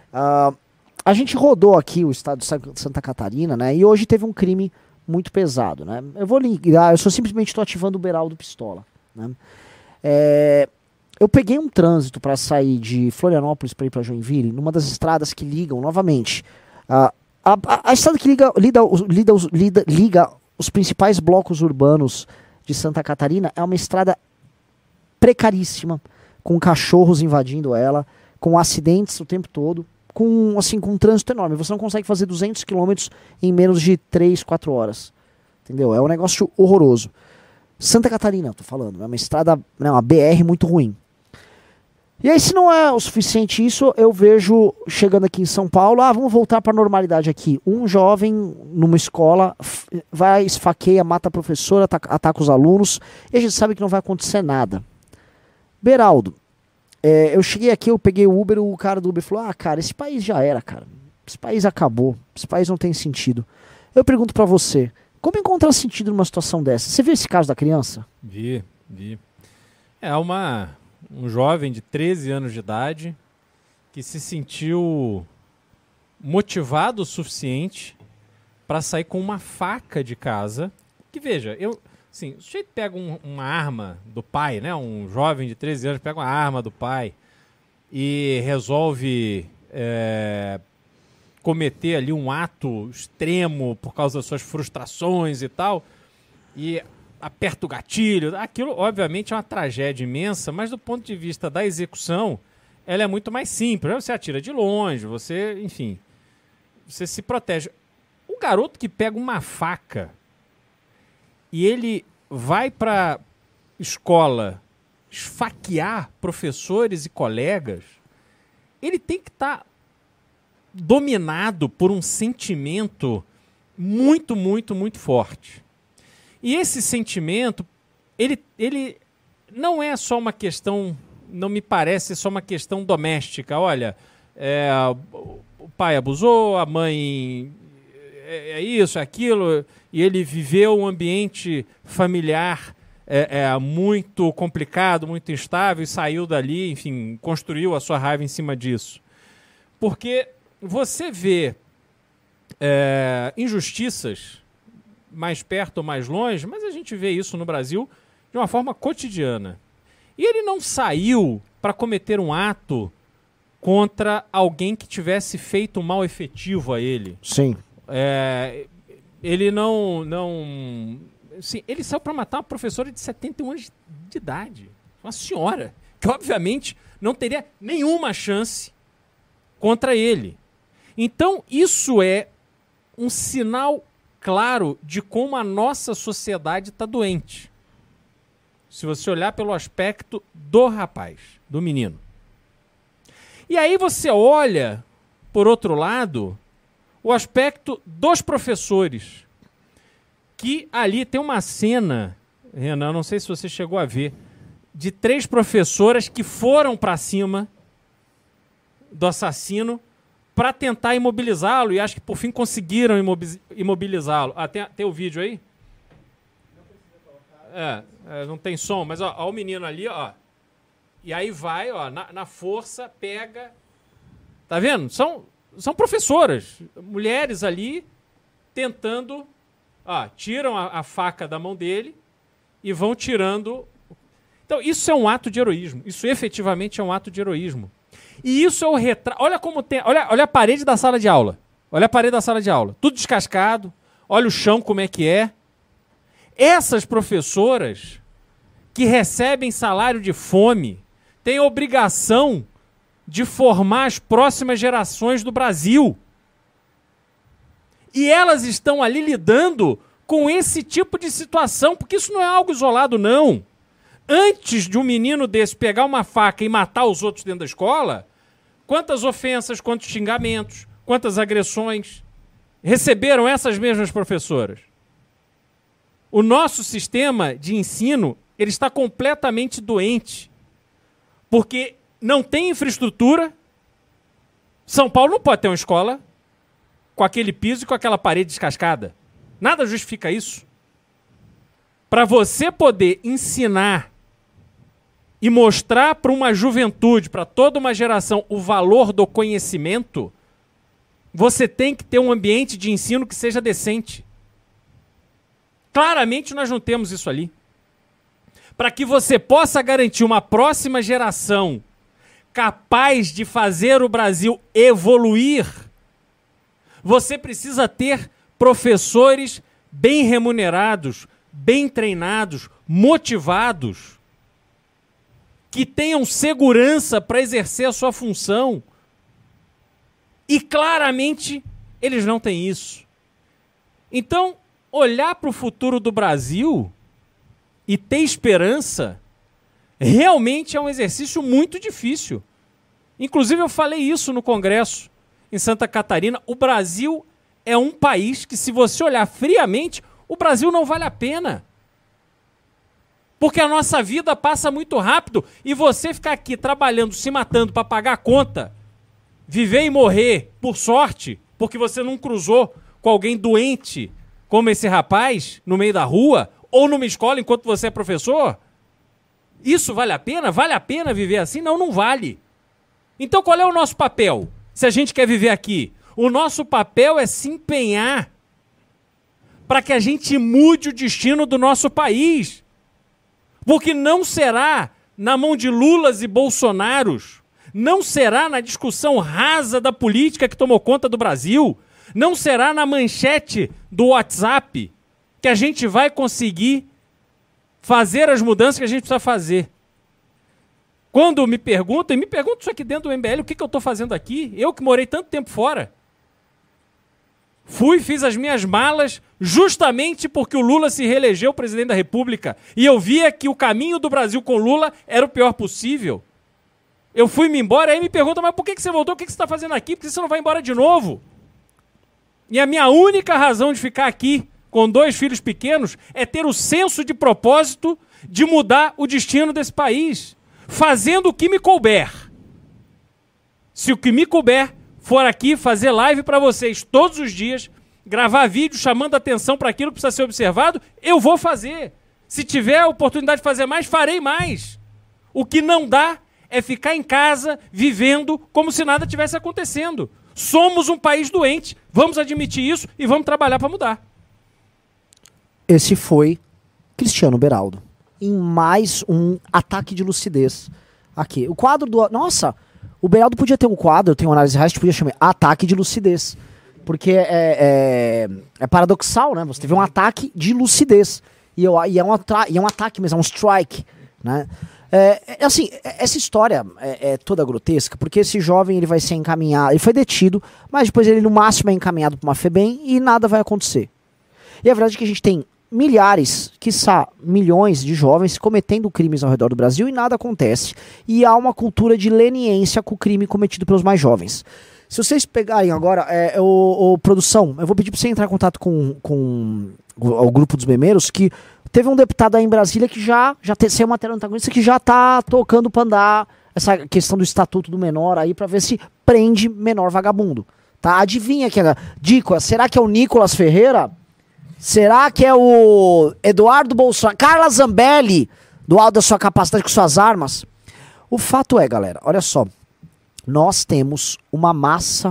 A gente rodou aqui o estado de Santa Catarina, né? E hoje teve um crime muito pesado, né? Eu vou ligar, eu só simplesmente estou ativando o Beraldo Pistola, né? Eu peguei um trânsito para sair de Florianópolis para ir para Joinville, numa das estradas que ligam novamente. A estrada que liga os principais blocos urbanos de Santa Catarina é uma estrada precaríssima, com cachorros invadindo ela, com acidentes o tempo todo, com um trânsito enorme. Você não consegue fazer 200 km em menos de 3, 4 horas. Entendeu? É um negócio horroroso. Santa Catarina, tô falando, é uma estrada, uma BR muito ruim. E aí, se não é o suficiente isso, eu vejo, chegando aqui em São Paulo, vamos voltar para a normalidade aqui. Um jovem numa escola vai, esfaqueia, mata a professora, ataca os alunos, e a gente sabe que não vai acontecer nada. Beraldo, eu cheguei aqui, eu peguei o Uber, o cara do Uber falou, cara, esse país já era, cara. Esse país acabou, esse país não tem sentido. Eu pergunto pra você, como encontrar sentido numa situação dessa? Você viu esse caso da criança? Vi. É um jovem de 13 anos de idade que se sentiu motivado o suficiente para sair com uma faca de casa. Que veja, assim, o sujeito pega uma arma do pai, né? Um jovem de 13 anos pega uma arma do pai e resolve cometer ali um ato extremo por causa das suas frustrações e tal. E aperta o gatilho. Aquilo, obviamente, é uma tragédia imensa, mas do ponto de vista da execução, ela é muito mais simples. Você atira de longe, você, enfim, você se protege. O garoto que pega uma faca e ele vai para escola esfaquear professores e colegas, ele tem que estar dominado por um sentimento muito, muito, muito forte. E esse sentimento, ele não é só uma questão, não me parece só uma questão doméstica. Olha, o pai abusou, a mãe é isso, é aquilo, e ele viveu um ambiente familiar muito complicado, muito instável, e saiu dali, enfim, construiu a sua raiva em cima disso. Porque você vê injustiças mais perto ou mais longe, mas a gente vê isso no Brasil de uma forma cotidiana. E ele não saiu para cometer um ato contra alguém que tivesse feito um mal efetivo a ele. Sim. Ele não sim, ele saiu para matar uma professora de 71 anos de idade. Uma senhora, que obviamente não teria nenhuma chance contra ele. Então, isso é um sinal claro de como a nossa sociedade está doente. Se você olhar pelo aspecto do rapaz, do menino. E aí você olha, por outro lado, o aspecto dos professores. Que ali tem uma cena, Renan, não sei se você chegou a ver, de 3 professoras que foram para cima do assassino para tentar imobilizá-lo, e acho que por fim conseguiram imobilizá-lo. Tem o vídeo aí? Não tem som, mas ó o menino ali, ó. E aí vai, ó, na força, pega. Tá vendo? São professoras, mulheres ali, tentando. Tiram a faca da mão dele e vão tirando. Então, isso é um ato de heroísmo. Isso efetivamente é um ato de heroísmo. E isso é o retrato. Olha como tem. Olha a parede da sala de aula. Olha a parede da sala de aula. Tudo descascado. Olha o chão como é que é. Essas professoras que recebem salário de fome têm a obrigação de formar as próximas gerações do Brasil. E elas estão ali lidando com esse tipo de situação, porque isso não é algo isolado, não. Antes de um menino desse pegar uma faca e matar os outros dentro da escola, quantas ofensas, quantos xingamentos, quantas agressões receberam essas mesmas professoras? O nosso sistema de ensino, ele está completamente doente, porque não tem infraestrutura. São Paulo não pode ter uma escola com aquele piso e com aquela parede descascada. Nada justifica isso. Para você poder ensinar e mostrar para uma juventude, para toda uma geração, o valor do conhecimento, você tem que ter um ambiente de ensino que seja decente. Claramente nós não temos isso ali. Para que você possa garantir uma próxima geração capaz de fazer o Brasil evoluir, você precisa ter professores bem remunerados, bem treinados, motivados, que tenham segurança para exercer a sua função. E claramente eles não têm isso. Então, olhar para o futuro do Brasil e ter esperança realmente é um exercício muito difícil. Inclusive eu falei isso no Congresso em Santa Catarina. O Brasil é um país que, se você olhar friamente, o Brasil não vale a pena. Porque a nossa vida passa muito rápido e você ficar aqui trabalhando, se matando para pagar a conta, viver e morrer por sorte, porque você não cruzou com alguém doente como esse rapaz no meio da rua ou numa escola enquanto você é professor, isso vale a pena? Vale a pena viver assim? Não, não vale. Então qual é o nosso papel? Se a gente quer viver aqui, o nosso papel é se empenhar para que a gente mude o destino do nosso país. Porque não será na mão de Lulas e Bolsonaros, não será na discussão rasa da política que tomou conta do Brasil, não será na manchete do WhatsApp que a gente vai conseguir fazer as mudanças que a gente precisa fazer. Quando me perguntam, e me perguntam isso aqui dentro do MBL, o que eu estou fazendo aqui? Eu que morei tanto tempo fora. Fiz as minhas malas justamente porque o Lula se reelegeu presidente da República. E eu via que o caminho do Brasil com Lula era o pior possível. Eu fui-me embora, aí me perguntam, mas por que você voltou? O que você está fazendo aqui? Por que você não vai embora de novo? E a minha única razão de ficar aqui com 2 filhos pequenos é ter o senso de propósito de mudar o destino desse país, fazendo o que me couber. Se o que me couber for aqui fazer live para vocês todos os dias, gravar vídeo chamando atenção para aquilo que precisa ser observado, eu vou fazer. Se tiver a oportunidade de fazer mais, farei mais. O que não dá é ficar em casa vivendo como se nada tivesse acontecendo. Somos um país doente, vamos admitir isso e vamos trabalhar para mudar. Esse foi Cristiano Beraldo, em mais um ataque de lucidez aqui. O quadro do... Nossa, o Beraldo podia ter um quadro, tem uma análise rádio, podia chamar Ataque de Lucidez. Porque é paradoxal, né? Você teve um ataque de lucidez. E é um ataque mesmo, é um strike, né? Assim, essa história é toda grotesca, porque esse jovem ele vai ser encaminhado, ele foi detido, mas depois ele no máximo é encaminhado para uma FEBEM e nada vai acontecer. E a verdade é que a gente tem milhares, quiçá milhões de jovens cometendo crimes ao redor do Brasil e nada acontece. E há uma cultura de leniência com o crime cometido pelos mais jovens. Se vocês pegarem agora, produção, eu vou pedir para você entrar em contato com o grupo dos memeiros, que teve um deputado aí em Brasília que já saiu matéria antagonista, que já tá tocando para andar essa questão do estatuto do menor aí para ver se prende menor vagabundo. Tá? Adivinha que dica, será que é o Nicolas Ferreira? Será que é o Eduardo Bolsonaro? Carla Zambelli, do alto da sua capacidade com suas armas? O fato é, galera, olha só. Nós temos uma massa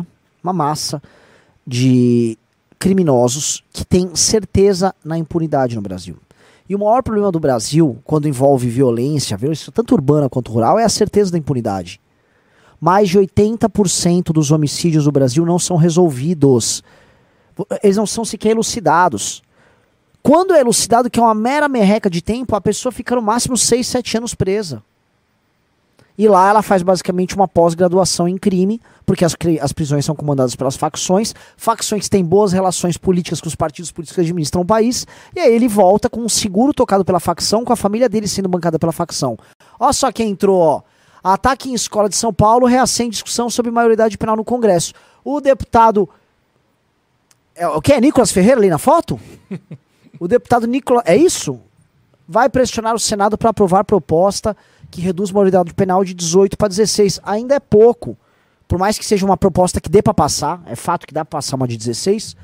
de criminosos que tem certeza na impunidade no Brasil. E o maior problema do Brasil, quando envolve violência tanto urbana quanto rural, é a certeza da impunidade. Mais de 80% dos homicídios do Brasil não são resolvidos. Eles não são sequer elucidados. Quando é elucidado, que é uma mera merreca de tempo, a pessoa fica no máximo 6, 7 anos presa. E lá ela faz basicamente uma pós-graduação em crime, porque as prisões são comandadas pelas facções que têm boas relações políticas com os partidos políticos que administram o país, e aí ele volta com um seguro tocado pela facção, com a família dele sendo bancada pela facção. Olha só quem entrou, ó. Ataque em escola de São Paulo reacende discussão sobre maioridade penal no Congresso. O deputado... O que é Nicolas Ferreira ali na foto? O deputado Nicolas... É isso? Vai pressionar o Senado para aprovar proposta que reduz a maioridade penal de 18 para 16. Ainda é pouco. Por mais que seja uma proposta que dê para passar, é fato que dá para passar uma de 16.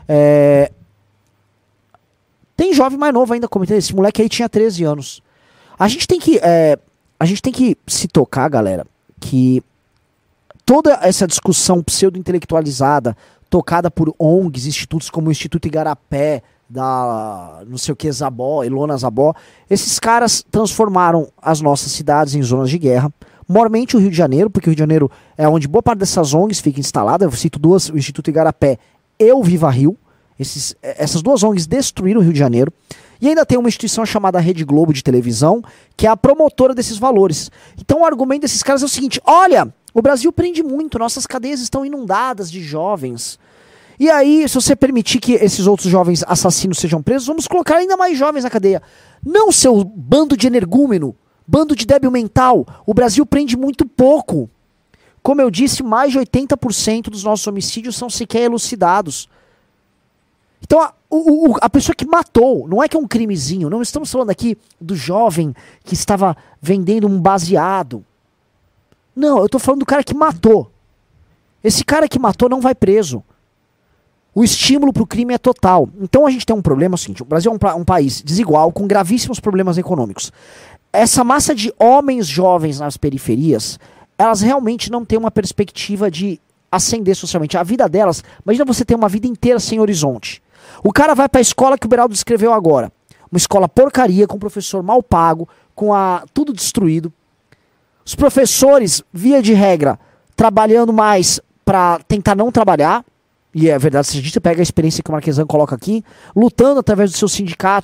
Tem jovem mais novo ainda cometendo. Esse moleque aí tinha 13 anos. A gente tem que se tocar, galera, que toda essa discussão pseudo-intelectualizada tocada por ONGs, institutos como o Instituto Igarapé, da não sei o que, Zabó, Ilona Zabó, esses caras transformaram as nossas cidades em zonas de guerra, maiormente o Rio de Janeiro, porque o Rio de Janeiro é onde boa parte dessas ONGs fica instalada. Eu cito duas, o Instituto Igarapé e o Viva Rio. Essas duas ONGs destruíram o Rio de Janeiro. E ainda tem uma instituição chamada Rede Globo de televisão, que é a promotora desses valores. Então o argumento desses caras é o seguinte: olha, o Brasil prende muito, nossas cadeias estão inundadas de jovens. E aí, se você permitir que esses outros jovens assassinos sejam presos, vamos colocar ainda mais jovens na cadeia. Não, seu bando de energúmeno, bando de débil mental. O Brasil prende muito pouco. Como eu disse, mais de 80% dos nossos homicídios são sequer elucidados. Então, a pessoa que matou, não é que é um crimezinho, não estamos falando aqui do jovem que estava vendendo um baseado. Não, eu estou falando do cara que matou. Esse cara que matou não vai preso. O estímulo para o crime é total. Então a gente tem um problema, é o seguinte: o Brasil é um país desigual, com gravíssimos problemas econômicos. Essa massa de homens jovens nas periferias, elas realmente não têm uma perspectiva de ascender socialmente. A vida delas, imagina você ter uma vida inteira sem horizonte. O cara vai para a escola que o Beraldo descreveu agora. Uma escola porcaria, com professor mal pago, com tudo destruído. Os professores, via de regra, trabalhando mais para tentar não trabalhar. E é verdade, se a gente pega a experiência que o Marquesan coloca aqui, lutando através dos seus sindicatos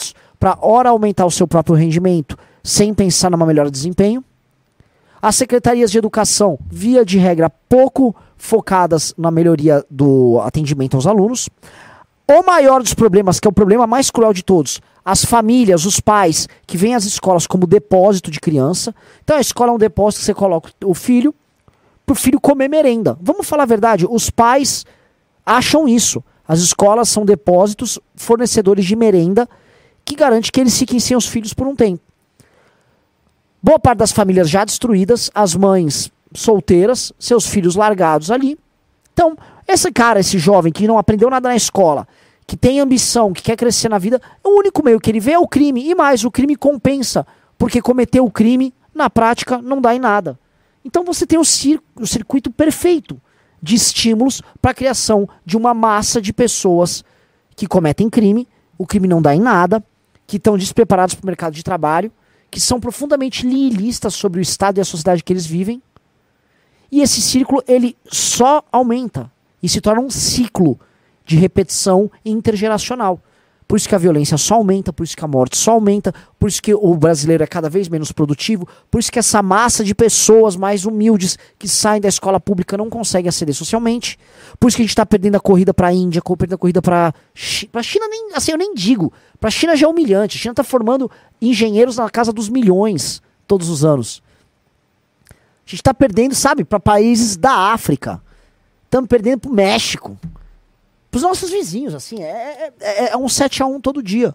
para ora aumentar o seu próprio rendimento sem pensar numa melhora de desempenho. As secretarias de educação, via de regra, pouco focadas na melhoria do atendimento aos alunos. O maior dos problemas, que é o problema mais cruel de todos, as famílias, os pais, que veem as escolas como depósito de criança. Então a escola é um depósito que você coloca o filho para o filho comer merenda. Vamos falar a verdade, os pais acham isso. As escolas são depósitos fornecedores de merenda que garante que eles fiquem sem os filhos por um tempo. Boa parte das famílias já destruídas, as mães solteiras, seus filhos largados ali. Então, esse jovem que não aprendeu nada na escola, que tem ambição, que quer crescer na vida, o único meio que ele vê é o crime. E mais, o crime compensa, porque cometer o crime, na prática, não dá em nada. Então você tem o circuito perfeito de estímulos para a criação de uma massa de pessoas que cometem crime, o crime não dá em nada, que estão despreparados para o mercado de trabalho, que são profundamente nihilistas sobre o estado e a sociedade que eles vivem. E esse círculo, ele só aumenta e se torna um ciclo de repetição intergeracional. Por isso que a violência só aumenta, por isso que a morte só aumenta, por isso que o brasileiro é cada vez menos produtivo, por isso que essa massa de pessoas mais humildes que saem da escola pública não consegue aceder socialmente, por isso que a gente está perdendo a corrida para a Índia, perdendo a corrida para a China, nem, assim, eu nem digo, para a China já é humilhante, a China está formando engenheiros na casa dos milhões todos os anos. A gente está perdendo, sabe, para países da África, estamos perdendo para o México, para os nossos vizinhos, assim, é um 7-1 todo dia.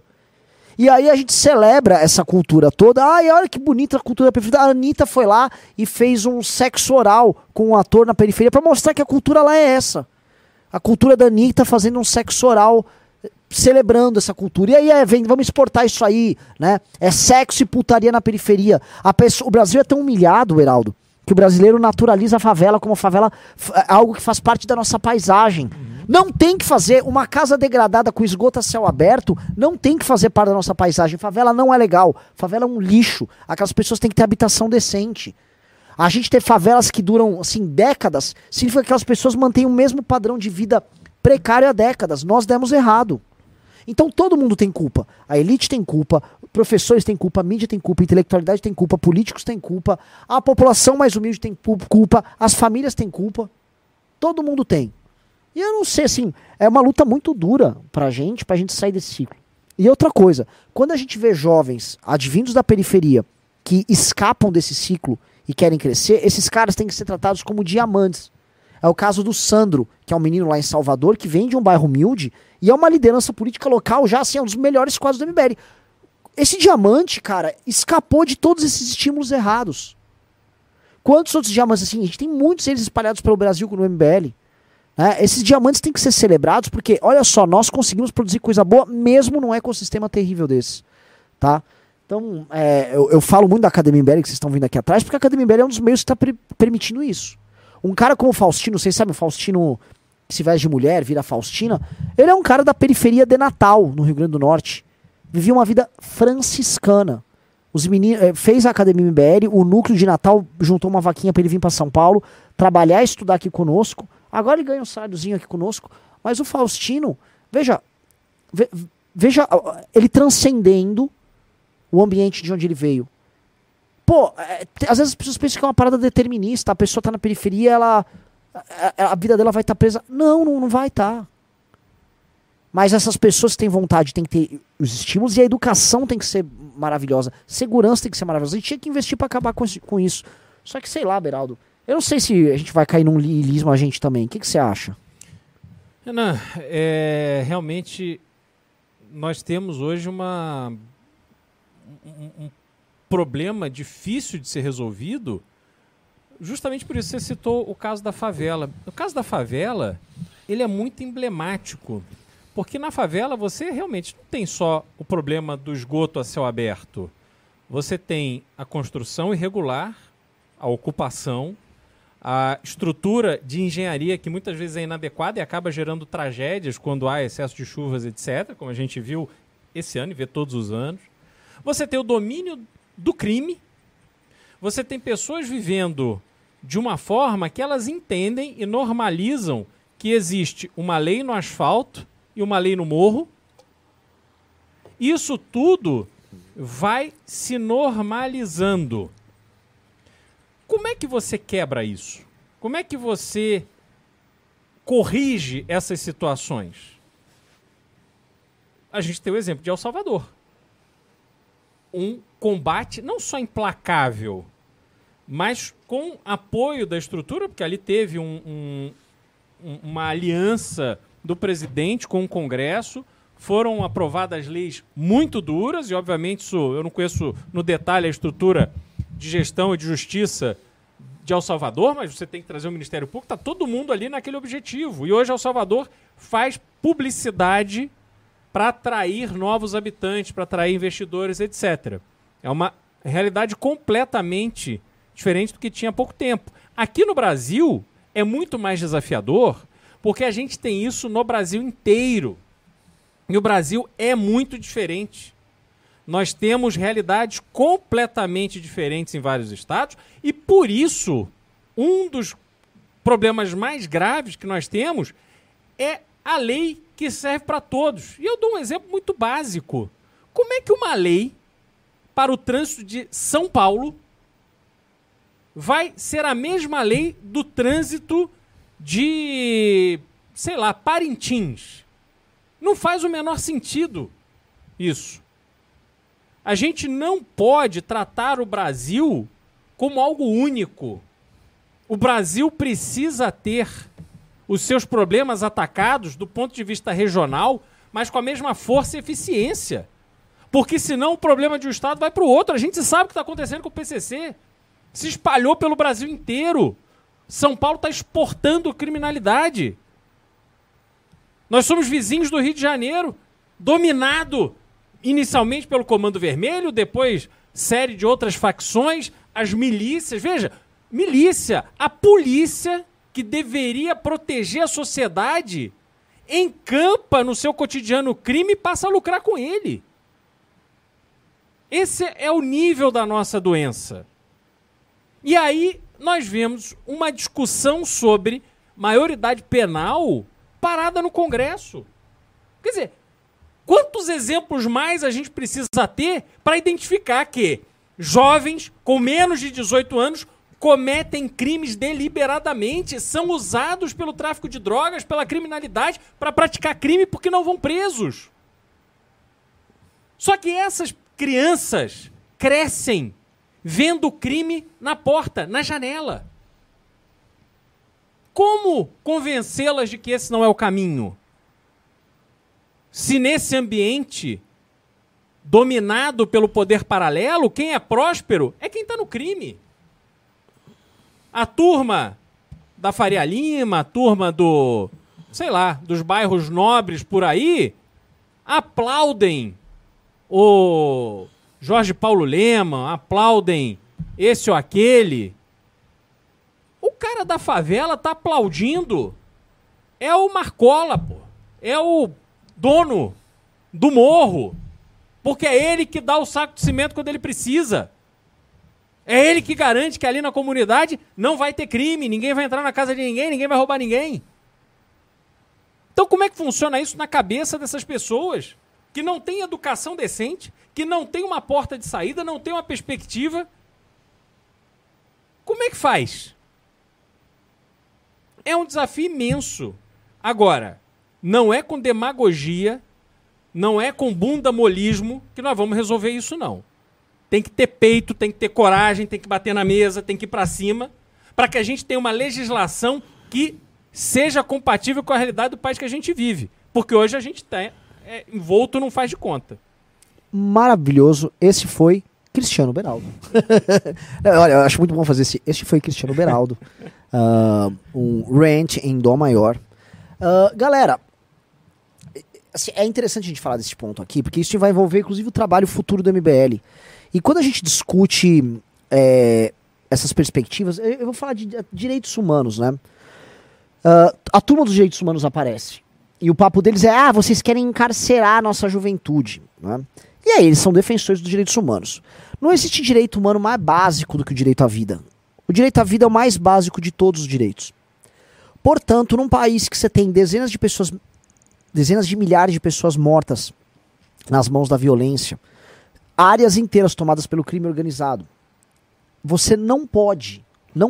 E aí a gente celebra essa cultura toda. Ai, olha que bonita a cultura perfeita. A Anitta foi lá e fez um sexo oral com um ator na periferia para mostrar que a cultura lá é essa. A cultura da Anitta fazendo um sexo oral, celebrando essa cultura. E aí, vamos exportar isso aí, né? É sexo e putaria na periferia. O Brasil é tão humilhado, Heraldo, que o brasileiro naturaliza a favela como algo que faz parte da nossa paisagem. Não tem que fazer uma casa degradada com esgoto a céu aberto, não tem que fazer parte da nossa paisagem. Favela não é legal, favela é um lixo. Aquelas pessoas têm que ter habitação decente. A gente ter favelas que duram assim décadas, significa que aquelas pessoas mantêm o mesmo padrão de vida precário há décadas. Nós demos errado. Então todo mundo tem culpa. A elite tem culpa, professores têm culpa, a mídia tem culpa, a intelectualidade tem culpa, políticos têm culpa, a população mais humilde tem culpa, as famílias têm culpa. Todo mundo tem. E eu não sei, assim, é uma luta muito dura pra gente sair desse ciclo. E outra coisa, quando a gente vê jovens advindos da periferia que escapam desse ciclo e querem crescer, esses caras têm que ser tratados como diamantes. É o caso do Sandro, que é um menino lá em Salvador, que vem de um bairro humilde e é uma liderança política local já, assim, é um dos melhores quadros do MBL. Esse diamante, cara, escapou de todos esses estímulos errados. Quantos outros diamantes, assim, a gente tem muitos eles espalhados pelo Brasil no MBL. Esses diamantes têm que ser celebrados porque, olha só, nós conseguimos produzir coisa boa mesmo num ecossistema terrível desse, tá? Então, eu falo muito da Academia MBL que vocês estão vindo aqui atrás, porque a Academia MBL é um dos meios que está permitindo isso. Um cara como o Faustino, vocês sabem, o Faustino que se veste de mulher, vira Faustina, ele é um cara da periferia de Natal, no Rio Grande do Norte. Vivia uma vida franciscana. Os meninos, fez a Academia MBL, o núcleo de Natal juntou uma vaquinha para ele vir para São Paulo, trabalhar e estudar aqui conosco. Agora ele ganha um saláriozinho aqui conosco, mas o Faustino, veja ele transcendendo o ambiente de onde ele veio. Pô, às vezes as pessoas pensam que é uma parada determinista, a pessoa tá na periferia, a vida dela vai estar presa. Não vai estar. Mas essas pessoas que têm vontade têm que ter os estímulos e a educação tem que ser maravilhosa, segurança tem que ser maravilhosa. A gente tinha que investir para acabar com isso. Só que sei lá, Beraldo, eu não sei se a gente vai cair num niilismo a gente também. O que você acha? Renan, realmente nós temos hoje um problema difícil de ser resolvido, justamente por isso você citou o caso da favela. O caso da favela, ele é muito emblemático, porque na favela você realmente não tem só o problema do esgoto a céu aberto. Você tem a construção irregular, a ocupação, a estrutura de engenharia que muitas vezes é inadequada e acaba gerando tragédias quando há excesso de chuvas, etc., como a gente viu esse ano e vê todos os anos. Você tem o domínio do crime, você tem pessoas vivendo de uma forma que elas entendem e normalizam que existe uma lei no asfalto e uma lei no morro, Isso tudo vai se normalizando. Como é que você quebra isso? Como é que você corrige essas situações? A gente tem o exemplo de El Salvador. Um combate não só implacável, mas com apoio da estrutura, porque ali teve uma aliança do presidente com o Congresso, foram aprovadas leis muito duras, e obviamente isso eu não conheço no detalhe a estrutura de gestão e de justiça de El Salvador, mas você tem que trazer o Ministério Público, está todo mundo ali naquele objetivo. E hoje El Salvador faz publicidade para atrair novos habitantes, para atrair investidores, etc. É uma realidade completamente diferente do que tinha há pouco tempo. Aqui no Brasil é muito mais desafiador, porque a gente tem isso no Brasil inteiro. E o Brasil é muito diferente. Nós temos realidades completamente diferentes em vários estados e, por isso, um dos problemas mais graves que nós temos é a lei que serve para todos. E eu dou um exemplo muito básico. Como é que uma lei para o trânsito de São Paulo vai ser a mesma lei do trânsito de, sei lá, Parintins? Não faz o menor sentido isso. A gente não pode tratar o Brasil como algo único. O Brasil precisa ter os seus problemas atacados do ponto de vista regional, mas com a mesma força e eficiência. Porque senão o problema de um estado vai para o outro. A gente sabe o que está acontecendo com o PCC. Se espalhou pelo Brasil inteiro. São Paulo está exportando criminalidade. Nós somos vizinhos do Rio de Janeiro, dominado inicialmente pelo Comando Vermelho, depois série de outras facções, as milícias. Veja, milícia, a polícia que deveria proteger a sociedade, encampa no seu cotidiano o crime e passa a lucrar com ele. Esse é o nível da nossa doença. E aí nós vemos uma discussão sobre maioridade penal parada no Congresso. Quer dizer, quantos exemplos mais a gente precisa ter para identificar que jovens com menos de 18 anos cometem crimes deliberadamente, são usados pelo tráfico de drogas, pela criminalidade, para praticar crime porque não vão presos? Só que essas crianças crescem vendo o crime na porta, na janela. Como convencê-las de que esse não é o caminho? Se nesse ambiente dominado pelo poder paralelo, quem é próspero é quem está no crime. A turma da Faria Lima, a turma do, sei lá, dos bairros nobres por aí, aplaudem o Jorge Paulo Lemann, aplaudem esse ou aquele. O cara da favela tá aplaudindo. É o Marcola, pô. É o dono do morro. Porque é ele que dá o saco de cimento quando ele precisa. É ele que garante que ali na comunidade não vai ter crime, ninguém vai entrar na casa de ninguém, ninguém vai roubar ninguém. Então como é que funciona isso na cabeça dessas pessoas que não têm educação decente, que não têm uma porta de saída, não têm uma perspectiva? Como é que faz? É um desafio imenso. Agora, não é com demagogia, não é com bundamolismo que nós vamos resolver isso, não. Tem que ter peito, tem que ter coragem, tem que bater na mesa, tem que ir para cima, para que a gente tenha uma legislação que seja compatível com a realidade do país que a gente vive. Porque hoje a gente está envolto não faz de conta. Maravilhoso. Esse foi Cristiano Beraldo. Olha, eu acho muito bom fazer esse. Este foi Cristiano Beraldo. Um rant em dó maior. Galera, assim, é interessante a gente falar desse ponto aqui, porque isso vai envolver, inclusive, o trabalho futuro do MBL. E quando a gente discute essas perspectivas, eu vou falar de direitos humanos, né? A turma dos direitos humanos aparece. E o papo deles é, vocês querem encarcerar a nossa juventude, né? E aí, eles são defensores dos direitos humanos. Não existe direito humano mais básico do que o direito à vida. O direito à vida é o mais básico de todos os direitos. Portanto, num país que você tem dezenas de milhares de pessoas mortas nas mãos da violência, áreas inteiras tomadas pelo crime organizado. Você não pode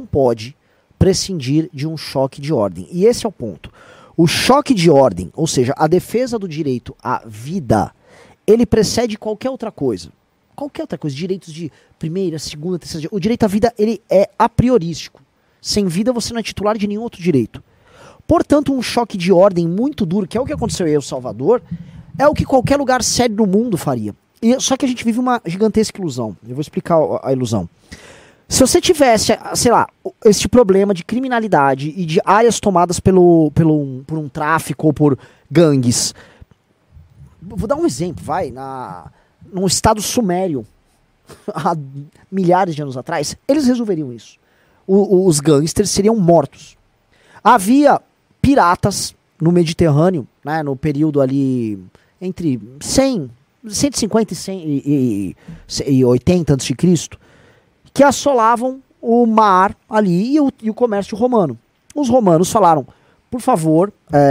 prescindir de um choque de ordem. E esse é o ponto. O choque de ordem, ou seja, a defesa do direito à vida, ele precede qualquer outra coisa. Qualquer outra coisa, direitos de primeira, segunda, terceira. O direito à vida, ele é a priorístico. Sem vida você não é titular de nenhum outro direito. Portanto, um choque de ordem muito duro, que é o que aconteceu em El Salvador, é o que qualquer lugar sério do mundo faria. Só que a gente vive uma gigantesca ilusão. Eu vou explicar a ilusão. Se você tivesse, sei lá, este problema de criminalidade e de áreas tomadas por um tráfico ou por gangues. Vou dar um exemplo, num estado sumério, há milhares de anos atrás, eles resolveriam isso. Os gangsters seriam mortos. Havia piratas no Mediterrâneo, né, no período ali entre 150 e 80 a.C., que assolavam o mar ali e o comércio romano. Os romanos falaram, por favor,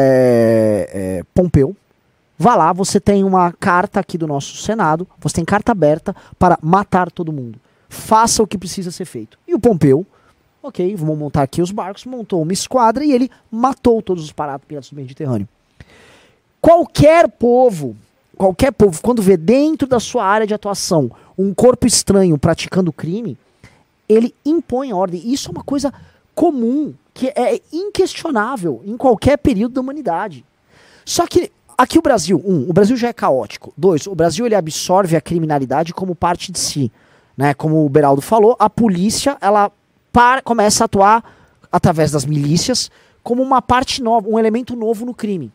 Pompeu, vá lá, você tem uma carta aqui do nosso Senado, você tem carta aberta para matar todo mundo. Faça o que precisa ser feito. E o Pompeu, ok, vamos montar aqui os barcos, montou uma esquadra e ele matou todos os piratas do Mediterrâneo. Qualquer povo, quando vê dentro da sua área de atuação um corpo estranho praticando crime, ele impõe ordem. Isso é uma coisa comum, que é inquestionável em qualquer período da humanidade. Só que aqui o Brasil, o Brasil já é caótico. 2, o Brasil ele absorve a criminalidade como parte de si. Né? Como o Beraldo falou, a polícia ela começa a atuar através das milícias como uma parte nova, um elemento novo no crime.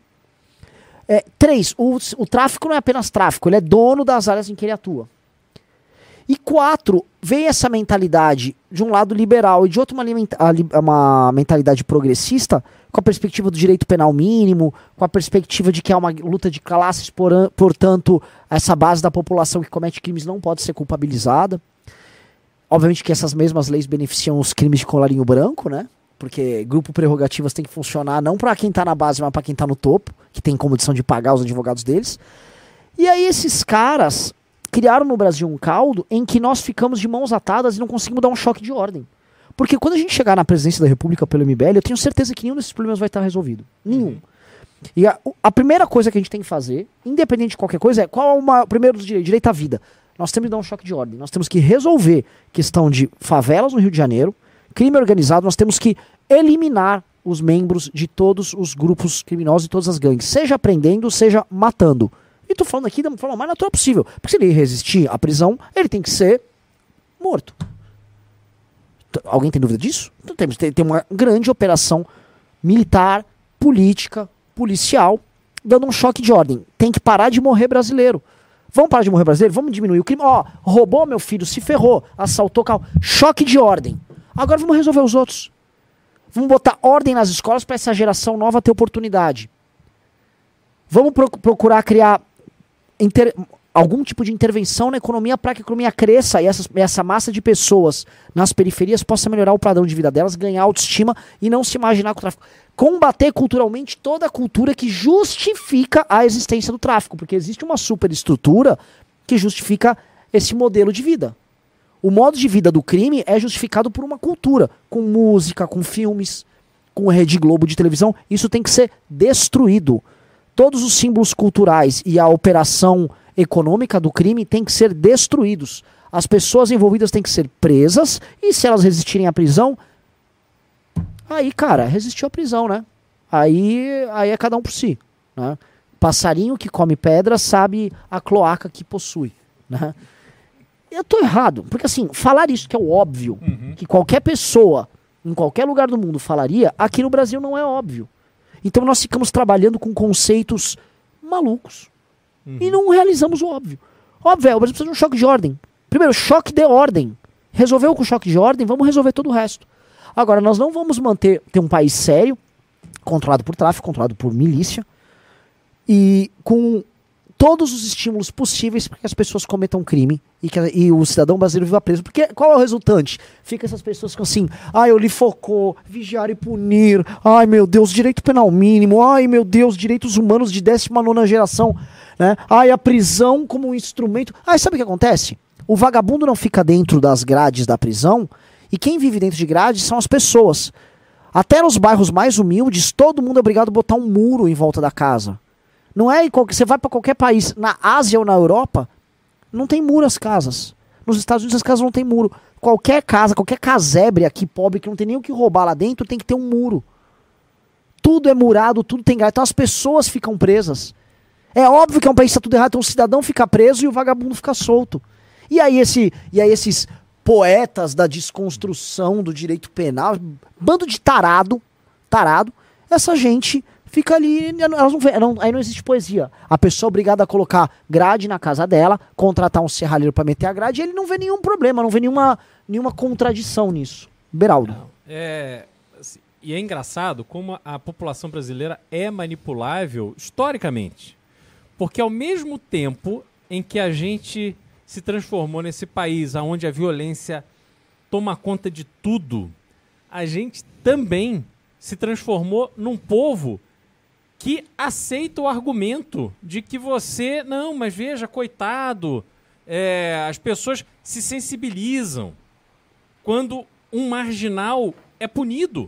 3, o tráfico não é apenas tráfico, ele é dono das áreas em que ele atua. E 4, vem essa mentalidade de um lado liberal e de outro uma mentalidade progressista, com a perspectiva do direito penal mínimo, com a perspectiva de que há uma luta de classes, portanto, essa base da população que comete crimes não pode ser culpabilizada. Obviamente que essas mesmas leis beneficiam os crimes de colarinho branco, né? Porque grupo prerrogativas tem que funcionar não para quem está na base, mas para quem está no topo, que tem condição de pagar os advogados deles. E aí esses caras criaram no Brasil um caldo em que nós ficamos de mãos atadas e não conseguimos dar um choque de ordem. Porque quando a gente chegar na presidência da República pelo MBL, eu tenho certeza que nenhum desses problemas vai estar resolvido. Nenhum. E a primeira coisa que a gente tem que fazer, independente de qualquer coisa, é qual é o primeiro dos direitos? Direito à vida. Nós temos que dar um choque de ordem. Nós temos que resolver questão de favelas no Rio de Janeiro, crime organizado, nós temos que eliminar os membros de todos os grupos criminosos e todas as gangues, seja prendendo, seja matando. E tô falando aqui da forma mais natural possível. Porque se ele resistir à prisão, ele tem que ser morto. Alguém tem dúvida disso? Então tem uma grande operação militar, política, policial, dando um choque de ordem. Tem que parar de morrer brasileiro. Vamos parar de morrer brasileiro? Vamos diminuir o crime? Roubou meu filho, se ferrou, assaltou carro. Choque de ordem. Agora vamos resolver os outros. Vamos botar ordem nas escolas para essa geração nova ter oportunidade. Vamos procurar criar algum tipo de intervenção na economia para que a economia cresça e essa massa de pessoas nas periferias possa melhorar o padrão de vida delas, ganhar autoestima e não se imaginar com o tráfico. Combater culturalmente toda a cultura que justifica a existência do tráfico, porque existe uma superestrutura que justifica esse modelo de vida. O modo de vida do crime é justificado por uma cultura, com música, com filmes, com Rede Globo de televisão. Isso tem que ser destruído. Todos os símbolos culturais e a operação econômica do crime têm que ser destruídos. As pessoas envolvidas têm que ser presas e se elas resistirem à prisão, aí, cara, resistiu à prisão, né? Aí é cada um por si, né? Passarinho que come pedra sabe a cloaca que possui, né? Eu tô errado, porque assim, falar isso que é o óbvio, que qualquer pessoa em qualquer lugar do mundo falaria, aqui no Brasil não é óbvio. Então nós ficamos trabalhando com conceitos malucos e não realizamos o óbvio. Óbvio, o Brasil precisa de um choque de ordem. Primeiro, choque de ordem. Resolveu com o choque de ordem, vamos resolver todo o resto. Agora, nós não vamos ter um país sério, controlado por tráfico, controlado por milícia, e com todos os estímulos possíveis para que as pessoas cometam crime e o cidadão brasileiro viva preso. Porque qual é o resultante? Fica essas pessoas com assim, eu lhe focou, vigiar e punir, ai meu Deus, direito penal mínimo, ai meu Deus, direitos humanos de 19ª geração, né? Ai, a prisão como um instrumento. Sabe o que acontece? O vagabundo não fica dentro das grades da prisão e quem vive dentro de grades são as pessoas. Até nos bairros mais humildes, todo mundo é obrigado a botar um muro em volta da casa. Não é você vai para qualquer país, na Ásia ou na Europa, não tem muro as casas. Nos Estados Unidos as casas não tem muro. Qualquer casa, qualquer casebre aqui pobre que não tem nem o que roubar lá dentro, tem que ter um muro. Tudo é murado, tudo tem grade. Então as pessoas ficam presas. É óbvio que é um país que está tudo errado, então o cidadão fica preso e o vagabundo fica solto. E aí esses poetas da desconstrução do direito penal, bando de tarado, essa gente fica ali, elas não vê, aí não existe poesia. A pessoa é obrigada a colocar grade na casa dela, contratar um serralheiro para meter a grade, e ele não vê nenhum problema, não vê nenhuma contradição nisso. Beraldo. E é engraçado como a população brasileira é manipulável historicamente. Porque ao mesmo tempo em que a gente se transformou nesse país onde a violência toma conta de tudo, a gente também se transformou num povo que aceita o argumento de que você... Não, mas veja, coitado, as pessoas se sensibilizam quando um marginal é punido.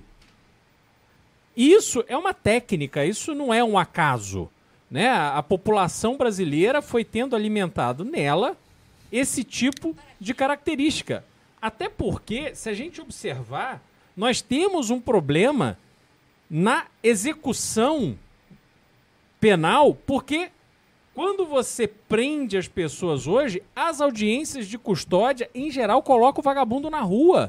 Isso é uma técnica, isso não é um acaso, né? A população brasileira foi tendo alimentado nela esse tipo de característica. Até porque, se a gente observar, nós temos um problema na execução penal, porque quando você prende as pessoas hoje, as audiências de custódia, em geral, colocam o vagabundo na rua.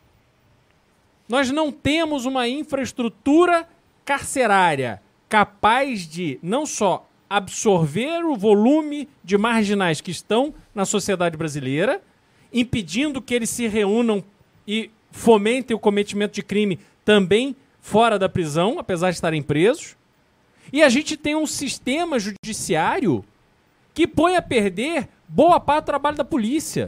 Nós não temos uma infraestrutura carcerária capaz de não só absorver o volume de marginais que estão na sociedade brasileira, impedindo que eles se reúnam e fomentem o cometimento de crime também fora da prisão, apesar de estarem presos. E a gente tem um sistema judiciário que põe a perder boa parte do trabalho da polícia.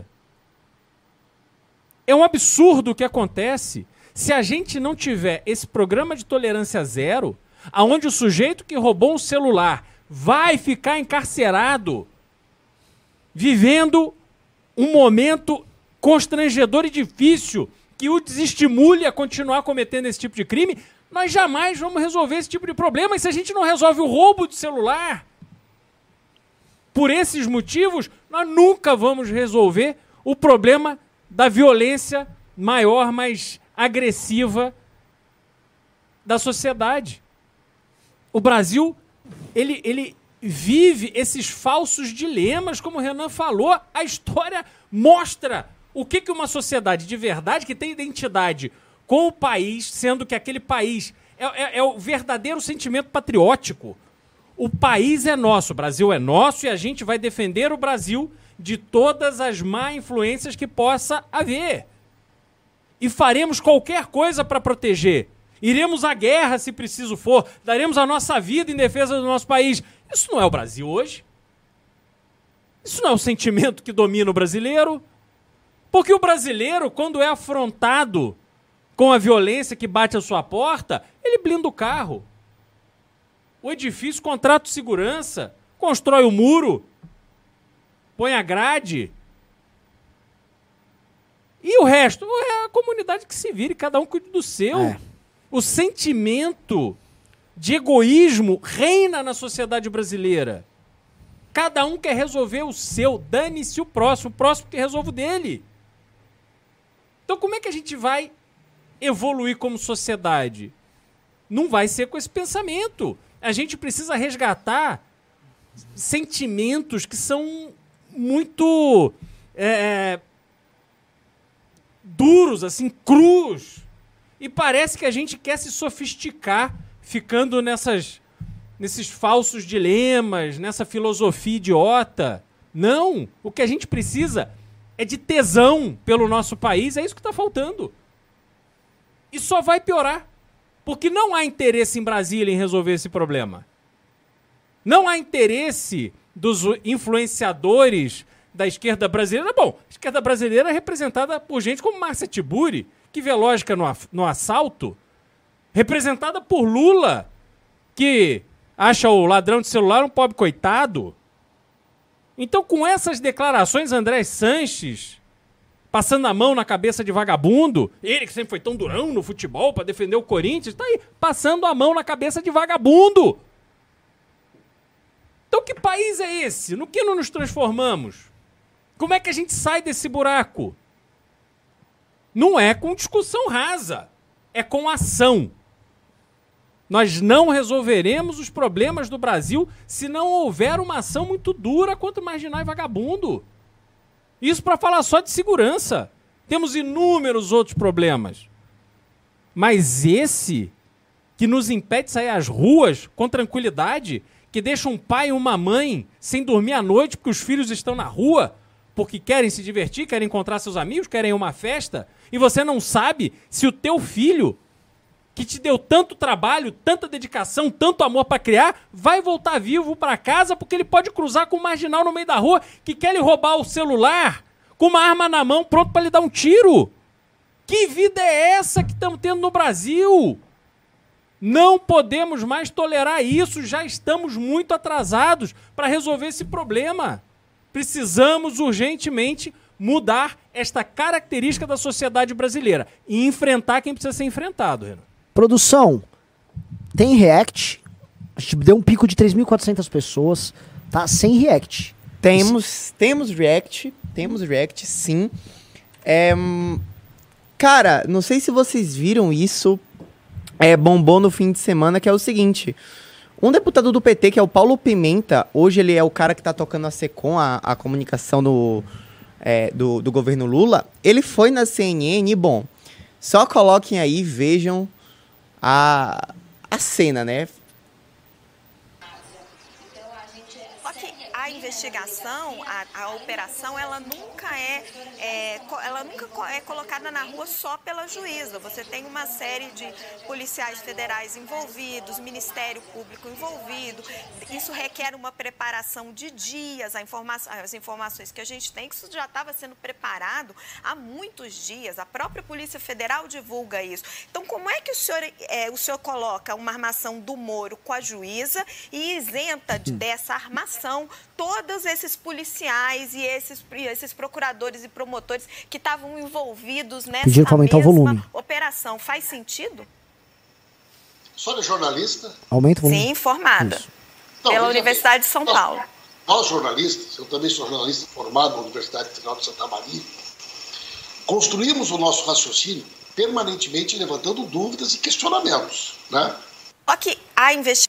É um absurdo o que acontece se a gente não tiver esse programa de tolerância zero, aonde o sujeito que roubou um celular vai ficar encarcerado, vivendo um momento constrangedor e difícil que o desestimule a continuar cometendo esse tipo de crime. Nós jamais vamos resolver esse tipo de problema. E se a gente não resolve o roubo de celular, por esses motivos, nós nunca vamos resolver o problema da violência maior, mais agressiva da sociedade. O Brasil, ele vive esses falsos dilemas, como o Renan falou. A história mostra o que uma sociedade de verdade, que tem identidade com o país, sendo que aquele país é o verdadeiro sentimento patriótico. O país é nosso, o Brasil é nosso, e a gente vai defender o Brasil de todas as má influências que possa haver. E faremos qualquer coisa para proteger. Iremos à guerra se preciso for, daremos a nossa vida em defesa do nosso país. Isso não é o Brasil hoje. Isso não é o sentimento que domina o brasileiro. Porque o brasileiro, quando é afrontado com a violência que bate à sua porta, ele blinda o carro. O edifício contrata segurança, constrói o muro, põe a grade. E o resto é a comunidade que se vire, cada um cuide do seu. O sentimento de egoísmo reina na sociedade brasileira. Cada um quer resolver o seu, dane-se o próximo que resolve o dele. Então como é que a gente vai evoluir como sociedade? Não vai ser com esse pensamento. A gente precisa resgatar sentimentos que são muito duros, assim, crus. E parece que a gente quer se sofisticar ficando nesses falsos dilemas, nessa filosofia idiota. Não! O que a gente precisa é de tesão pelo nosso país. É isso que está faltando. E só vai piorar. Porque não há interesse em Brasília em resolver esse problema. Não há interesse dos influenciadores da esquerda brasileira. Bom, a esquerda brasileira é representada por gente como Márcia Tiburi, que vê lógica no assalto, representada por Lula, que acha o ladrão de celular um pobre coitado. Então, com essas declarações, André Sanches passando a mão na cabeça de vagabundo, ele que sempre foi tão durão no futebol para defender o Corinthians, tá aí passando a mão na cabeça de vagabundo. Então, que país é esse? No que não nos transformamos? Como é que a gente sai desse buraco? Não é com discussão rasa, é com ação. Nós não resolveremos os problemas do Brasil se não houver uma ação muito dura contra o marginal e vagabundo. Isso para falar só de segurança. Temos inúmeros outros problemas. Mas esse, que nos impede de sair às ruas com tranquilidade, que deixa um pai e uma mãe sem dormir à noite porque os filhos estão na rua, porque querem se divertir, querem encontrar seus amigos, querem uma festa, e você não sabe se o teu filho, que te deu tanto trabalho, tanta dedicação, tanto amor para criar, vai voltar vivo para casa porque ele pode cruzar com um marginal no meio da rua que quer lhe roubar o celular com uma arma na mão pronto para lhe dar um tiro. Que vida é essa que estamos tendo no Brasil? Não podemos mais tolerar isso, já estamos muito atrasados para resolver esse problema. Precisamos urgentemente mudar esta característica da sociedade brasileira e enfrentar quem precisa ser enfrentado, Renan. Produção, tem react, a gente deu um pico de 3.400 pessoas, tá? Sem react. Temos react, sim. Cara, não sei se vocês viram isso, bombou no fim de semana, que é o seguinte: um deputado do PT, que é o Paulo Pimenta, hoje ele é o cara que tá tocando a SECOM, a comunicação do governo Lula, ele foi na CNN, bom, só coloquem aí e vejam a cena, né? Só que a investigação, a operação, ela nunca é colocada na rua só pela juíza. Você tem uma série de policiais federais envolvidos, Ministério Público envolvido. Isso requer uma preparação de dias. As informações que a gente tem, que isso já estava sendo preparado há muitos dias. A própria Polícia Federal divulga isso. Então, como é que o senhor coloca uma armação do Moro com a juíza e isenta dessa armação todos esses policiais e esses procuradores e promotores que estavam envolvidos nessa mesma operação? Faz sentido? A senhora é jornalista? Aumenta o volume. Sim, formada. Pela Universidade de São Paulo. Nós jornalistas, eu também sou jornalista formado na Universidade Federal de Santa Maria, construímos o nosso raciocínio permanentemente levantando dúvidas e questionamentos, né? Só que a investigação...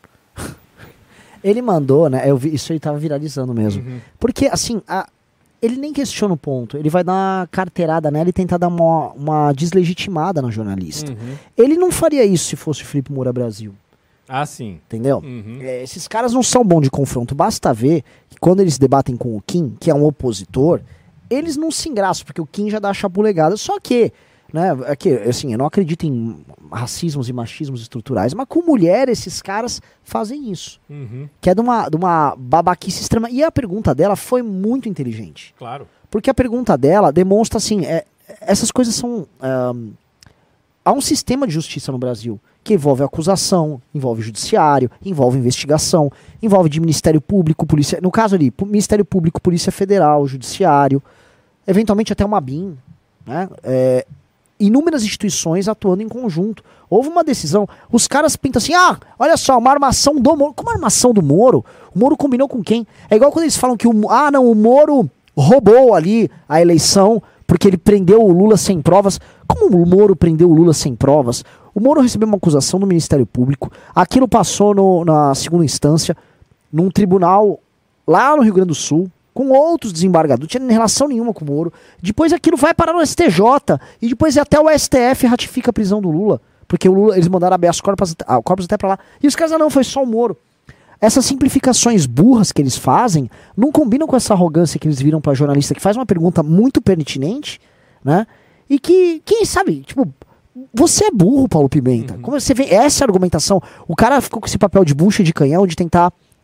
Ele mandou, né? Eu vi, isso ele tava viralizando mesmo. Uhum. Porque, assim, ele nem questiona o ponto. Ele vai dar uma carteirada nela e tentar dar uma deslegitimada na jornalista. Uhum. Ele não faria isso se fosse o Felipe Moura Brasil. Ah, sim. Entendeu? Uhum. Esses caras não são bons de confronto. Basta ver que quando eles debatem com o Kim, que é um opositor, eles não se engraçam, porque o Kim já dá a chapulegada. Só que, né, assim, eu não acredito em racismos e machismos estruturais, mas com mulher esses caras fazem isso. Uhum. Que é de uma babaquice extrema. E a pergunta dela foi muito inteligente. Claro. Porque a pergunta dela demonstra, assim, essas coisas são... há um sistema de justiça no Brasil que envolve acusação, envolve judiciário, envolve investigação, envolve de Ministério Público, polícia... No caso ali, Ministério Público, Polícia Federal, Judiciário, eventualmente até uma BIM, né? Inúmeras instituições atuando em conjunto. Houve uma decisão, os caras pintam assim, olha só, uma armação do Moro. Como a armação do Moro? O Moro combinou com quem? É igual quando eles falam que o Moro roubou ali a eleição porque ele prendeu o Lula sem provas. Como o Moro prendeu o Lula sem provas? O Moro recebeu uma acusação do Ministério Público, aquilo passou na segunda instância, num tribunal lá no Rio Grande do Sul, com outros desembargadores, não tinha relação nenhuma com o Moro. Depois aquilo vai parar no STJ, e depois até o STF ratifica a prisão do Lula, porque o Lula, eles mandaram habeas corpus até pra lá. E os caras, não, foi só o Moro. Essas simplificações burras que eles fazem não combinam com essa arrogância que eles viram pra jornalista, que faz uma pergunta muito pertinente, né? E que, quem sabe, tipo, você é burro, Paulo Pimenta. Como você vê essa argumentação? O cara ficou com esse papel de bucha de canhão de tentar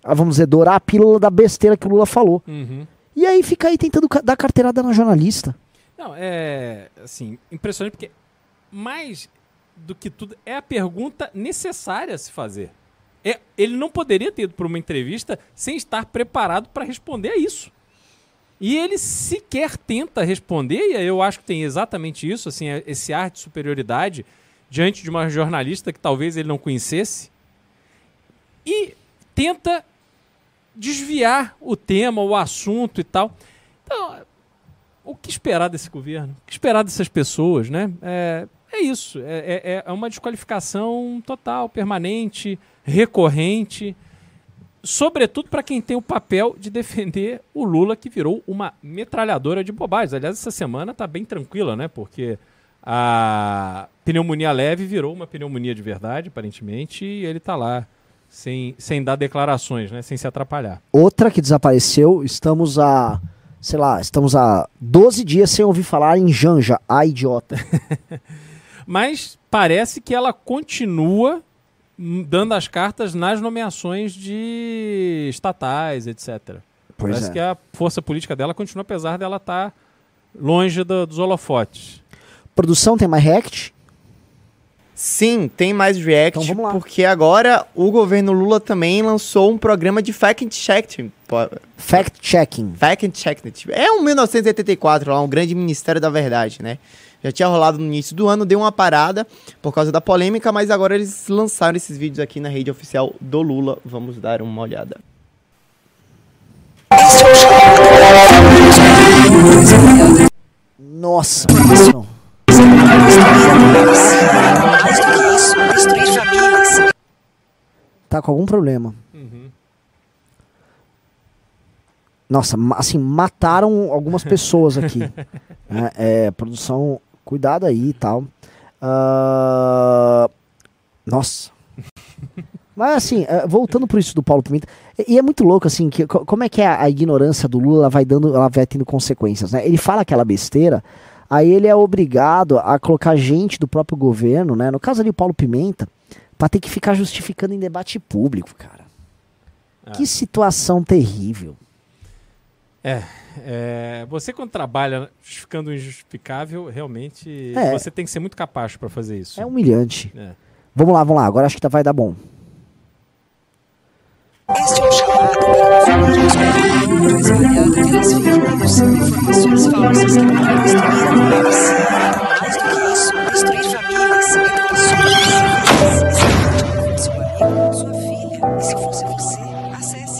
vamos dizer, dourar a pílula da besteira que o Lula falou. Uhum. E aí fica aí tentando dar carteirada na jornalista. Não, é assim, impressionante porque mais do que tudo é a pergunta necessária a se fazer. Ele não poderia ter ido para uma entrevista sem estar preparado para responder a isso. E ele sequer tenta responder, e eu acho que tem exatamente isso, assim, esse ar de superioridade diante de uma jornalista que talvez ele não conhecesse, e tenta desviar o tema, o assunto e tal. Então, o que esperar desse governo? O que esperar dessas pessoas, né? É isso, é uma desqualificação total, permanente, recorrente, sobretudo para quem tem o papel de defender o Lula, que virou uma metralhadora de bobagens. Aliás, essa semana está bem tranquila, né? Porque a pneumonia leve virou uma pneumonia de verdade, aparentemente, e ele está lá sem dar declarações, né? Sem se atrapalhar. Outra que desapareceu, estamos a 12 dias sem ouvir falar em Janja, a idiota. Mas parece que ela continua dando as cartas nas nomeações de estatais, etc. Parece que a força política dela continua, apesar dela estar longe dos holofotes. Produção, tem mais react? Sim, tem mais react, então, vamos lá. Porque agora o governo Lula também lançou um programa de fact-checking. Fact-checking. Fact-checking. É um 1984 lá, um grande Ministério da Verdade, né? Já tinha rolado no início do ano, deu uma parada por causa da polêmica, mas agora eles lançaram esses vídeos aqui na rede oficial do Lula. Vamos dar uma olhada. Nossa, tá com algum problema. Uhum. Nossa, assim, mataram algumas pessoas aqui. Produção, cuidado aí e tal. Nossa. Mas assim, voltando pro isso do Paulo Pimenta, e é muito louco assim, que, como é que é a ignorância do Lula, ela vai tendo consequências, né? Ele fala aquela besteira, aí ele é obrigado a colocar gente do próprio governo, né? No caso ali o Paulo Pimenta, pra ter que ficar justificando em debate público, cara. Que situação terrível. Você quando trabalha justificando o injustificável, realmente você tem que ser muito capaz para fazer isso. É humilhante. Vamos lá, agora acho que vai dar bom. Este é um chamado para uma espalhada pelas fake news, informações falsas que podem destruir a democracia. Mais do que isso, destruir famílias, reputações, seu amigo, sua filha. E se fosse você, acesse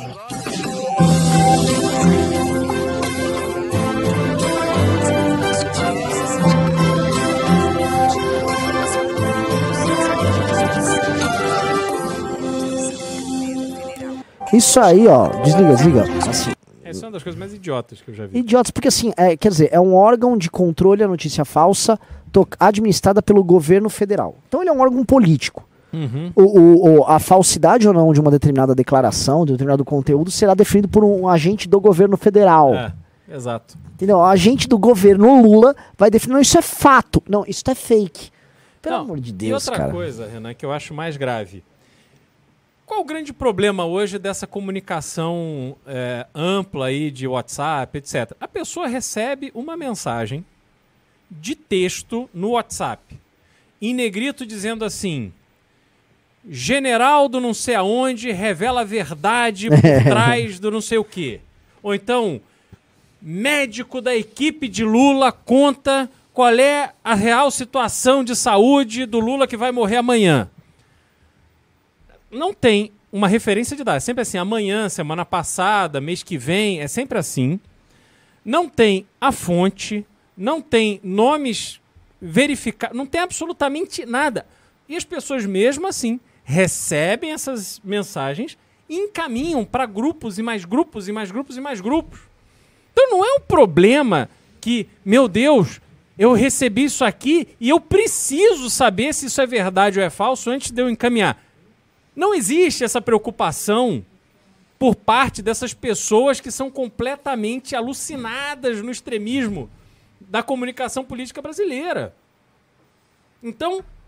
Isso aí, ó, desliga. Assim. Essa é uma das coisas mais idiotas que eu já vi. Idiotas, porque assim, quer dizer, é um órgão de controle à notícia falsa administrada pelo governo federal. Então ele é um órgão político. Uhum. A falsidade ou não de uma determinada declaração, de um determinado conteúdo, será definido por um agente do governo federal. Exato. Entendeu? O agente do governo Lula vai definir, não, isso é fato. Não, isso é fake. Pelo amor de Deus, e outra cara. coisa, Renan, que eu acho mais grave. Qual o grande problema hoje dessa comunicação ampla aí de WhatsApp, etc? A pessoa recebe uma mensagem de texto no WhatsApp, em negrito dizendo assim: general do não sei aonde revela a verdade por trás do não sei o quê. Ou então, médico da equipe de Lula conta qual é a real situação de saúde do Lula que vai morrer amanhã. Não tem uma referência de data. É sempre assim, amanhã, semana passada, mês que vem, é sempre assim. Não tem a fonte, não tem nomes verificados, não tem absolutamente nada. E as pessoas mesmo assim recebem essas mensagens e encaminham para grupos e mais grupos e mais grupos e mais grupos. Então não é um problema que, meu Deus, eu recebi isso aqui e eu preciso saber se isso é verdade ou é falso antes de eu encaminhar. Não existe essa preocupação por parte dessas pessoas que são completamente alucinadas no extremismo da comunicação política brasileira. Então,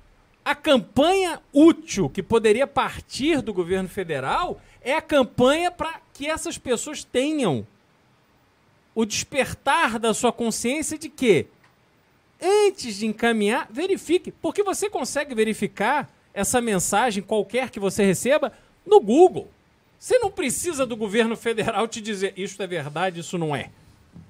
A campanha útil que poderia partir do governo federal é a campanha para que essas pessoas tenham o despertar da sua consciência de que, antes de encaminhar, verifique. Porque você consegue verificar essa mensagem qualquer que você receba no Google. Você não precisa do governo federal te dizer isso é verdade, isso não é.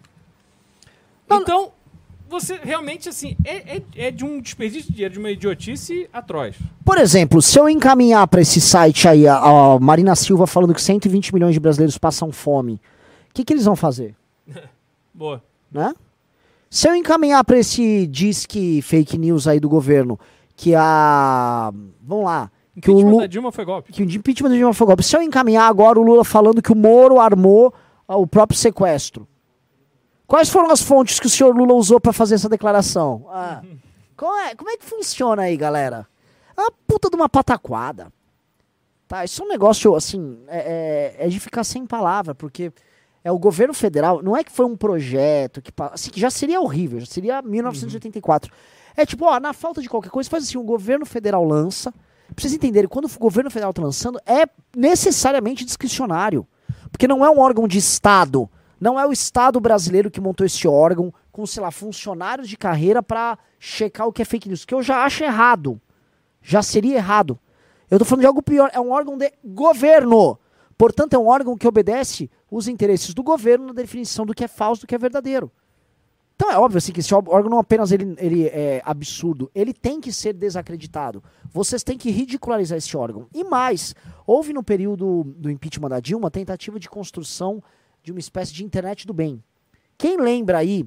Então, você realmente, assim, é de um desperdício de dinheiro, de uma idiotice atroz. Por exemplo, se eu encaminhar para esse site aí a Marina Silva falando que 120 milhões de brasileiros passam fome, o que eles vão fazer? Boa. Né? Se eu encaminhar para esse disque fake news aí do governo, que a... Vamos lá. Que o Impeachment da Dilma foi golpe. Que o impeachment da Dilma foi golpe. Se eu encaminhar agora o Lula falando que o Moro armou o próprio sequestro, quais foram as fontes que o senhor Lula usou para fazer essa declaração? Como é que funciona aí, galera? É uma puta de uma pataquada. Tá, isso é um negócio, assim, é de ficar sem palavra, porque é o governo federal, não é que foi um projeto que, assim, que já seria horrível, já seria 1984. É tipo, ó, na falta de qualquer coisa, faz assim, o governo federal lança. Pra vocês entenderem, quando o governo federal tá lançando, é necessariamente discricionário. Porque não é um órgão de Estado. Não é o Estado brasileiro que montou esse órgão com, sei lá, funcionários de carreira pra checar o que é fake news. Que eu já acho errado. Já seria errado. Eu tô falando de algo pior. É um órgão de governo. Portanto, é um órgão que obedece os interesses do governo na definição do que é falso, do que é verdadeiro. Então é óbvio assim, que esse órgão não apenas ele é absurdo, ele tem que ser desacreditado. Vocês têm que ridicularizar esse órgão. E mais, houve no período do impeachment da Dilma tentativa de construção de uma espécie de internet do bem. Quem lembra aí,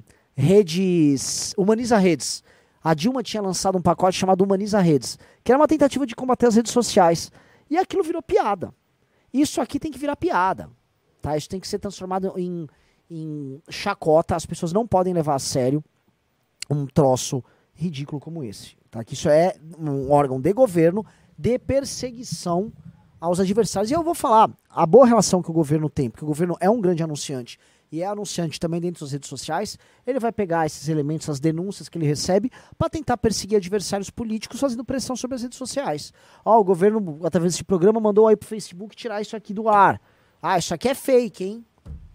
Humaniza Redes. A Dilma tinha lançado um pacote chamado Humaniza Redes, que era uma tentativa de combater as redes sociais. E aquilo virou piada. Isso aqui tem que virar piada. Tá? Isso tem que ser transformado em chacota. As pessoas não podem levar a sério um troço ridículo como esse. Tá? Que isso é um órgão de governo de perseguição aos adversários. E eu vou falar, a boa relação que o governo tem, porque o governo é um grande anunciante, e é anunciante também dentro das redes sociais, ele vai pegar esses elementos, as denúncias que ele recebe, para tentar perseguir adversários políticos fazendo pressão sobre as redes sociais. Ó, o governo, através desse programa, mandou aí pro Facebook tirar isso aqui do ar. Ah, isso aqui é fake, hein?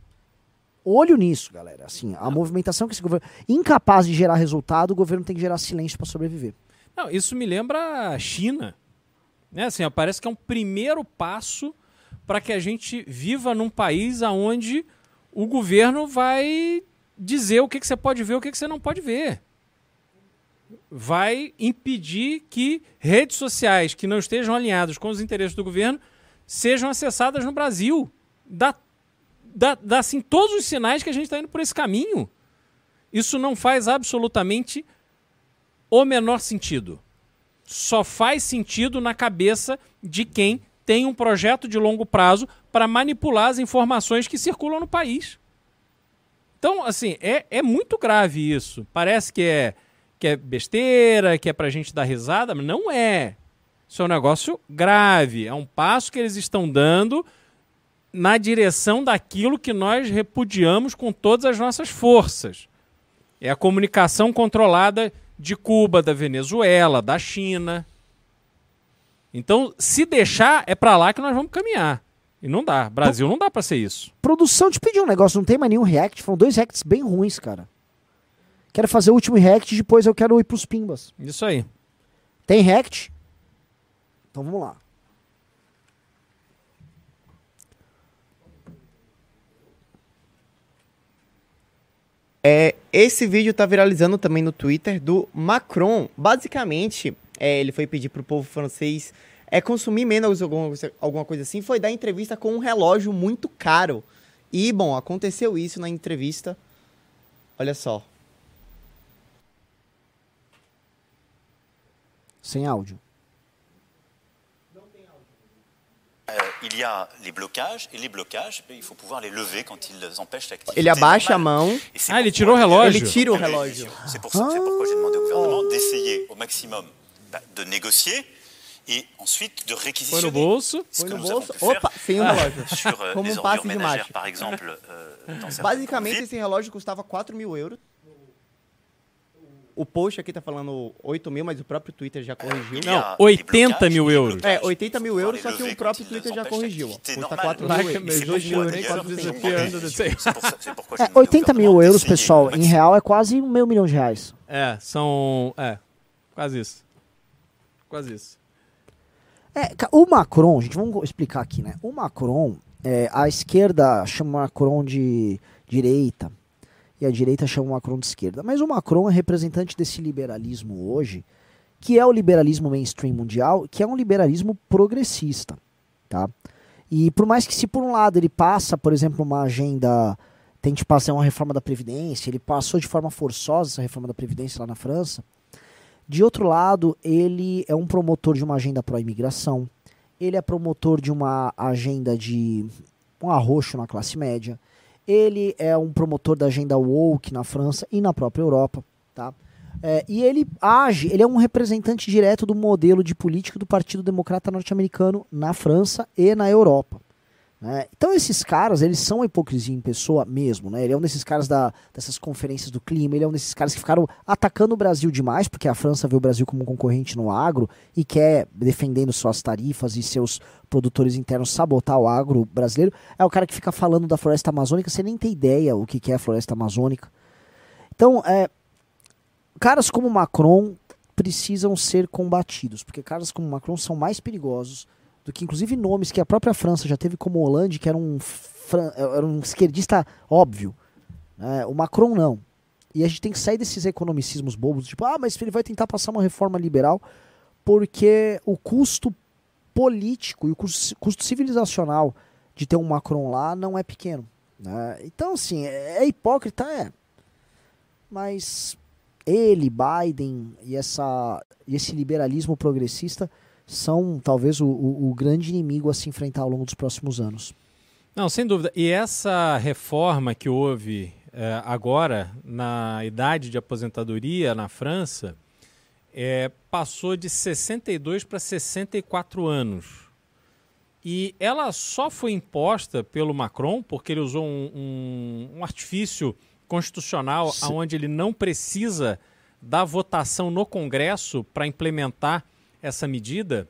Olho nisso, galera. Assim, a movimentação que esse governo... Incapaz de gerar resultado, o governo tem que gerar silêncio para sobreviver. Não, isso me lembra a China. Né? Assim, ó, parece que é um primeiro passo para que a gente viva num país onde o governo vai dizer o que você pode ver e o que você não pode ver. Vai impedir que redes sociais que não estejam alinhadas com os interesses do governo sejam acessadas no Brasil. Dá assim, todos os sinais que a gente está indo por esse caminho. Isso não faz absolutamente o menor sentido. Só faz sentido na cabeça de quem tem um projeto de longo prazo para manipular as informações que circulam no país. Então, assim, é muito grave isso. Parece que é besteira, que é para a gente dar risada, mas não é. Isso é um negócio grave. É um passo que eles estão dando na direção daquilo que nós repudiamos com todas as nossas forças. É a comunicação controlada de Cuba, da Venezuela, da China. Então, se deixar, é para lá que nós vamos caminhar. E não dá. Brasil não dá para ser isso. Produção, te pedi um negócio, não tem mais nenhum react. Foram 2 reacts bem ruins, cara. Quero fazer o último react, depois eu quero ir pros pimbas. Isso aí. Tem react? Então vamos lá. Esse vídeo tá viralizando também no Twitter do Macron. Basicamente, ele foi pedir pro povo francês consumir menos alguma coisa assim. Foi dar entrevista com um relógio muito caro. E, bom, aconteceu isso na entrevista. Olha só. Sem áudio. Il y a les blocages, et les blocages, il faut pouvoir les lever quand ils empêchent l'activité. Ele abaixa a mão. Ele tirou o relógio? Ele tira o relógio. C'est pourquoi j'ai demandé au gouvernement d'essayer au maximum de négocier et ensuite de réquisitionner. Foi no bolso. Ce que Foi no nous avons bolso. pu faire Opa, sem o relógio. sur Como les um ordures passe de ménagères, mágica. par exemple. Dans certains Basicamente, villes. esse relógio custava 4.000 euros. O post aqui tá falando 8 mil, mas o próprio Twitter já corrigiu. Não, 80 mil euros. 80 mil euros, só que o próprio Twitter já corrigiu. Ó. Custa 4 Like, mil, mas 2 mil, hoje 80 mil euros, pessoal, em real é quase $500 mil. Quase isso. Quase isso. O Macron, gente, vamos explicar aqui, né? O Macron, a esquerda chama o Macron de direita e a direita chama o Macron de esquerda. Mas o Macron é representante desse liberalismo hoje, que é o liberalismo mainstream mundial, que é um liberalismo progressista, tá? E por mais que se por um lado ele passa, por exemplo, uma agenda, tente passar uma reforma da Previdência, ele passou de forma forçosa essa reforma da Previdência lá na França, de outro lado, ele é um promotor de uma agenda pró-imigração, ele é promotor de uma agenda de um arroxo na classe média, ele é um promotor da agenda woke na França e na própria Europa, tá? E ele é um representante direto do modelo de política do Partido Democrata Norte-Americano na França e na Europa. Né? Então esses caras, eles são a hipocrisia em pessoa mesmo, né? Ele é um desses caras dessas conferências do clima, ele é um desses caras que ficaram atacando o Brasil demais, porque a França vê o Brasil como um concorrente no agro e quer, defendendo suas tarifas e seus produtores internos, sabotar o agro brasileiro. É o cara que fica falando da floresta amazônica, você nem tem ideia o que é a floresta amazônica. Então, caras como Macron precisam ser combatidos, porque caras como Macron são mais perigosos do que inclusive nomes que a própria França já teve, como Hollande, que era um esquerdista óbvio. O Macron não. E a gente tem que sair desses economicismos bobos, tipo, mas ele vai tentar passar uma reforma liberal, porque o custo político e o custo civilizacional de ter um Macron lá não é pequeno. Né? Então, assim, é hipócrita, mas ele, Biden e esse liberalismo progressista são talvez o grande inimigo a se enfrentar ao longo dos próximos anos. Não, sem dúvida. E essa reforma que houve agora na idade de aposentadoria na França passou de 62 para 64 anos. E ela só foi imposta pelo Macron porque ele usou um artifício constitucional onde ele não precisa da votação no Congresso para implementar essa medida.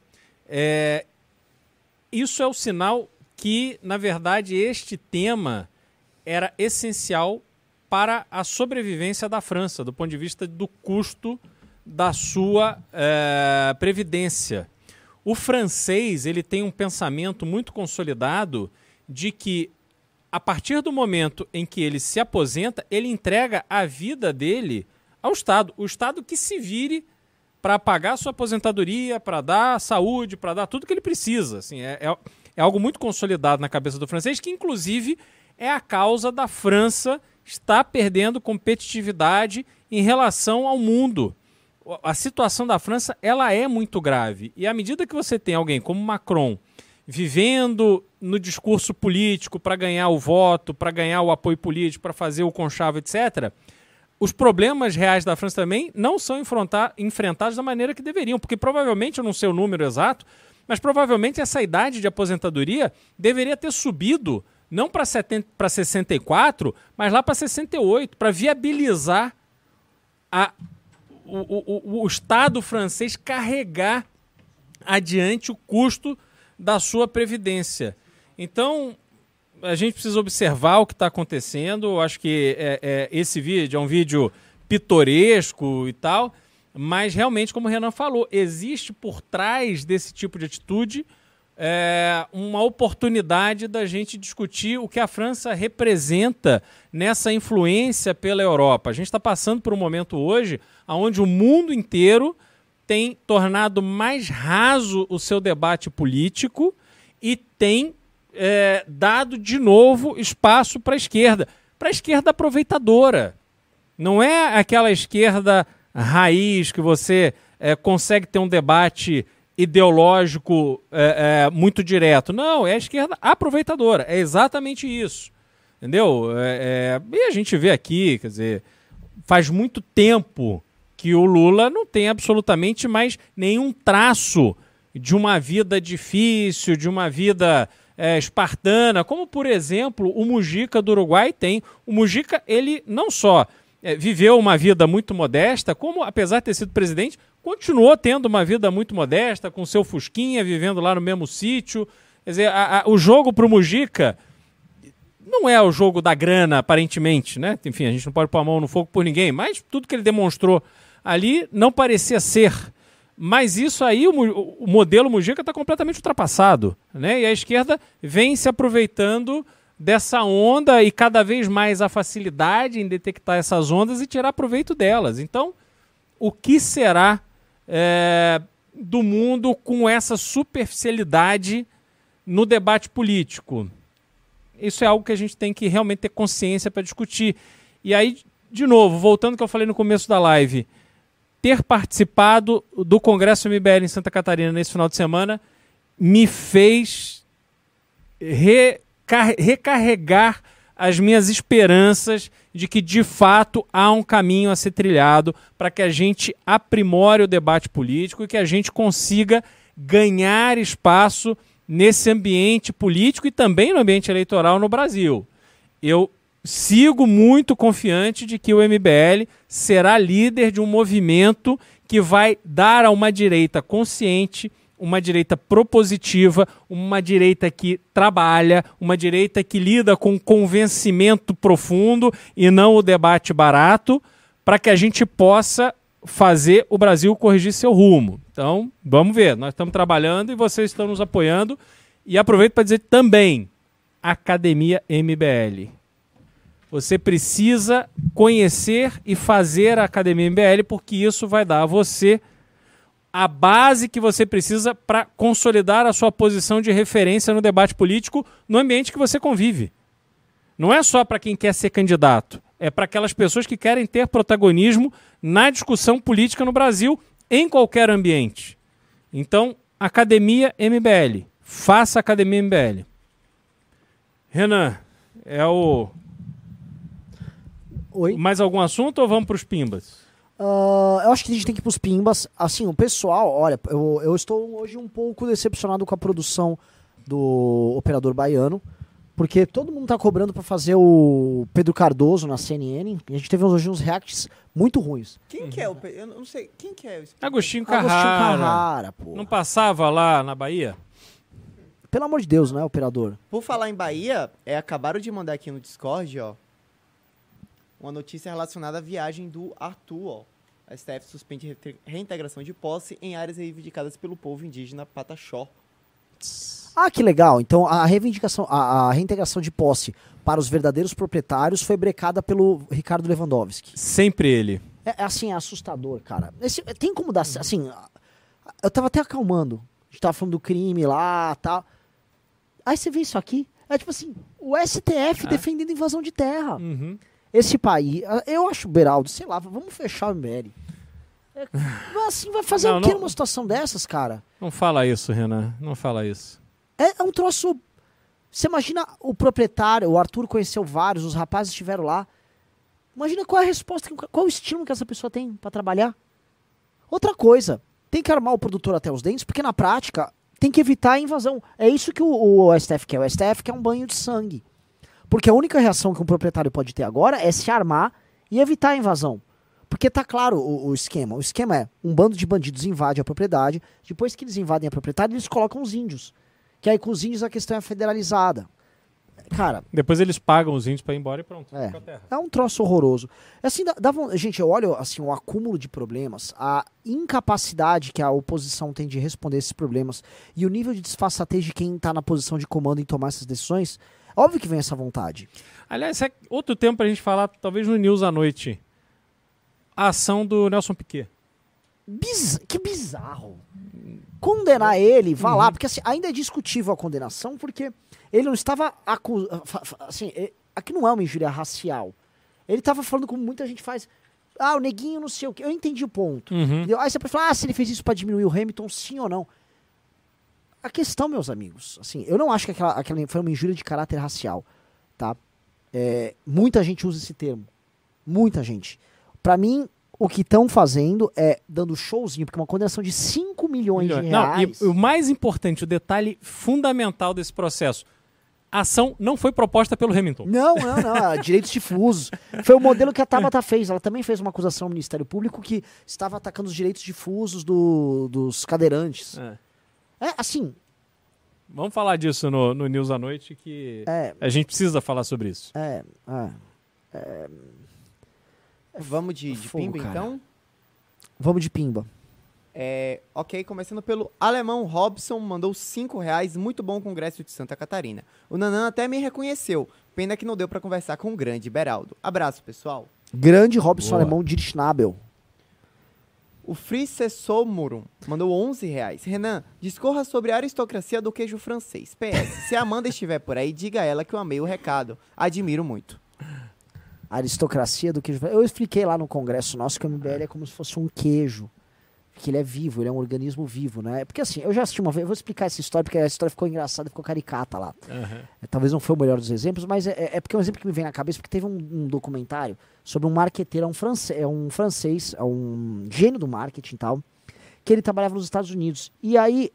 Isso é o sinal que, na verdade, este tema era essencial para a sobrevivência da França, do ponto de vista do custo da sua previdência. O francês ele tem um pensamento muito consolidado de que, a partir do momento em que ele se aposenta, ele entrega a vida dele ao Estado. O Estado que se vire para pagar a sua aposentadoria, para dar saúde, para dar tudo que ele precisa. Assim, é algo muito consolidado na cabeça do francês, que inclusive é a causa da França estar perdendo competitividade em relação ao mundo. A situação da França ela é muito grave. E à medida que você tem alguém como Macron vivendo no discurso político para ganhar o voto, para ganhar o apoio político, para fazer o conchavo, etc., os problemas reais da França também não são enfrentados da maneira que deveriam, porque provavelmente, eu não sei o número exato, mas provavelmente essa idade de aposentadoria deveria ter subido não para 64, mas lá para 68, para viabilizar o Estado francês carregar adiante o custo da sua previdência. Então, a gente precisa observar o que está acontecendo. Eu acho que esse vídeo é um vídeo pitoresco e tal, mas realmente, como o Renan falou, existe por trás desse tipo de atitude uma oportunidade da gente discutir o que a França representa nessa influência pela Europa. A gente está passando por um momento hoje onde o mundo inteiro tem tornado mais raso o seu debate político e tem dado de novo espaço para a esquerda aproveitadora. Não é aquela esquerda raiz que você consegue ter um debate ideológico muito direto. Não, é a esquerda aproveitadora. É exatamente isso. Entendeu? E a gente vê aqui, quer dizer, faz muito tempo que o Lula não tem absolutamente mais nenhum traço de uma vida difícil, de uma vida espartana, como, por exemplo, o Mujica do Uruguai tem. O Mujica, ele não só viveu uma vida muito modesta, como, apesar de ter sido presidente, continuou tendo uma vida muito modesta, com seu fusquinha, vivendo lá no mesmo sítio. Quer dizer, o jogo pro Mujica não é o jogo da grana, aparentemente, né? Enfim, a gente não pode pôr a mão no fogo por ninguém, mas tudo que ele demonstrou ali não parecia ser. Mas isso aí, o modelo Mujica está completamente ultrapassado, né? E a esquerda vem se aproveitando dessa onda e cada vez mais a facilidade em detectar essas ondas e tirar proveito delas. Então, o que será do mundo com essa superficialidade no debate político? Isso é algo que a gente tem que realmente ter consciência para discutir. E aí, de novo, voltando ao que eu falei no começo da live, ter participado do Congresso MBL em Santa Catarina nesse final de semana me fez recarregar as minhas esperanças de que, de fato, há um caminho a ser trilhado para que a gente aprimore o debate político e que a gente consiga ganhar espaço nesse ambiente político e também no ambiente eleitoral no Brasil. Eu sigo muito confiante de que o MBL será líder de um movimento que vai dar a uma direita consciente, uma direita propositiva, uma direita que trabalha, uma direita que lida com convencimento profundo e não o debate barato, para que a gente possa fazer o Brasil corrigir seu rumo. Então, vamos ver. Nós estamos trabalhando e vocês estão nos apoiando. E aproveito para dizer também, Academia MBL. Você precisa conhecer e fazer a Academia MBL, porque isso vai dar a você a base que você precisa para consolidar a sua posição de referência no debate político no ambiente que você convive. Não é só para quem quer ser candidato, é para aquelas pessoas que querem ter protagonismo na discussão política no Brasil, em qualquer ambiente. Então, Academia MBL. Faça a Academia MBL. Renan, Oi? Mais algum assunto ou vamos para os pimbas? Eu acho que a gente tem que ir pros pimbas. Assim, o pessoal, olha, eu estou hoje um pouco decepcionado com a produção do Operador Baiano, porque todo mundo tá cobrando pra fazer o Pedro Cardoso na CNN. A gente teve hoje uns reacts muito ruins. Quem que é o... Eu não sei. Quem que é esse? Agostinho Agostinho Carrara. Carrara, pô. Não passava lá na Bahia? Pelo amor de Deus, né, Operador? Por falar em Bahia, acabaram de mandar aqui no Discord, ó, uma notícia relacionada à viagem do Arthur, ó. A STF suspende reintegração de posse em áreas reivindicadas pelo povo indígena Pataxó. Ah, que legal. Então a reivindicação, a reintegração de posse para os verdadeiros proprietários foi brecada pelo Ricardo Lewandowski. Sempre ele. É assim, é assustador, cara. Tem como dar, assim, eu tava até acalmando. A gente tava falando do crime lá, tal. Aí você vê isso aqui, é tipo assim, o STF defendendo invasão de terra. Uhum. Esse país, eu acho, Beraldo, sei lá, vamos fechar o MBL. Assim, vai fazer o quê numa situação dessas, cara? Não fala isso, Renan. Não fala isso. É um troço... Você imagina o proprietário, o Arthur conheceu vários, os rapazes estiveram lá. Imagina qual é a resposta, qual é o estímulo que essa pessoa tem pra trabalhar. Outra coisa, tem que armar o produtor até os dentes, porque na prática tem que evitar a invasão. É isso que o STF quer. O STF quer um banho de sangue. Porque a única reação que um proprietário pode ter agora é se armar e evitar a invasão. Porque tá claro o esquema. O esquema é, um bando de bandidos invade a propriedade, depois que eles invadem a propriedade, eles colocam os índios. Que aí com os índios a questão é federalizada. Cara... Depois eles pagam os índios pra ir embora e pronto. Fica a terra. É um troço horroroso. Assim, gente, eu olho assim, o acúmulo de problemas, a incapacidade que a oposição tem de responder esses problemas e o nível de disfarçatez de quem tá na posição de comando em tomar essas decisões, óbvio que vem essa vontade. Aliás, é outro tempo pra gente falar, talvez no News à noite, a ação do Nelson Piquet. Que bizarro. Condenar ele, vá lá, porque assim, ainda é discutível a condenação, porque ele não estava assim, aqui não é uma injúria racial. Ele estava falando como muita gente faz. O neguinho não sei o que. Eu entendi o ponto. Entendeu? Aí você pode falar, se ele fez isso para diminuir o Hamilton, sim ou não. A questão, meus amigos, assim, eu não acho que aquela foi uma injúria de caráter racial, tá? Muita gente usa esse termo. Muita gente. Para mim, o que estão fazendo é dando showzinho, porque uma condenação de 5 milhões de reais... Não, e o mais importante, o detalhe fundamental desse processo, A ação não foi proposta pelo Hamilton. Não. Direitos difusos. Foi o modelo que a Tabata fez. Ela também fez uma acusação ao Ministério Público que estava atacando os direitos difusos dos cadeirantes. Assim... Vamos falar disso no News à Noite, que a gente precisa falar sobre isso. Vamos de fogo, pimba, cara. então? Vamos de pimba. Ok, começando pelo alemão Robson, mandou R$5, muito bom o Congresso de Santa Catarina. O Nanan até me reconheceu, pena que não deu pra conversar com o grande Beraldo. Abraço, pessoal. Grande Robson Boa. Alemão de Schnabel. O Frisessomurum mandou R$11. Renan, discorra sobre a aristocracia do queijo francês. PS, se a Amanda estiver por aí, diga a ela que eu amei o recado. Admiro muito. Aristocracia do queijo. Eu expliquei lá no congresso nosso que o MBL é como se fosse um queijo. Que ele é vivo, ele é um organismo vivo, né? Porque assim, eu já assisti uma vez, eu vou explicar essa história, porque a história ficou engraçada, ficou caricata lá. Talvez não foi o melhor dos exemplos, mas é porque é um exemplo que me vem na cabeça, porque teve um documentário sobre um marqueteiro, é um francês, é um gênio do marketing e tal, que ele trabalhava nos Estados Unidos. E aí,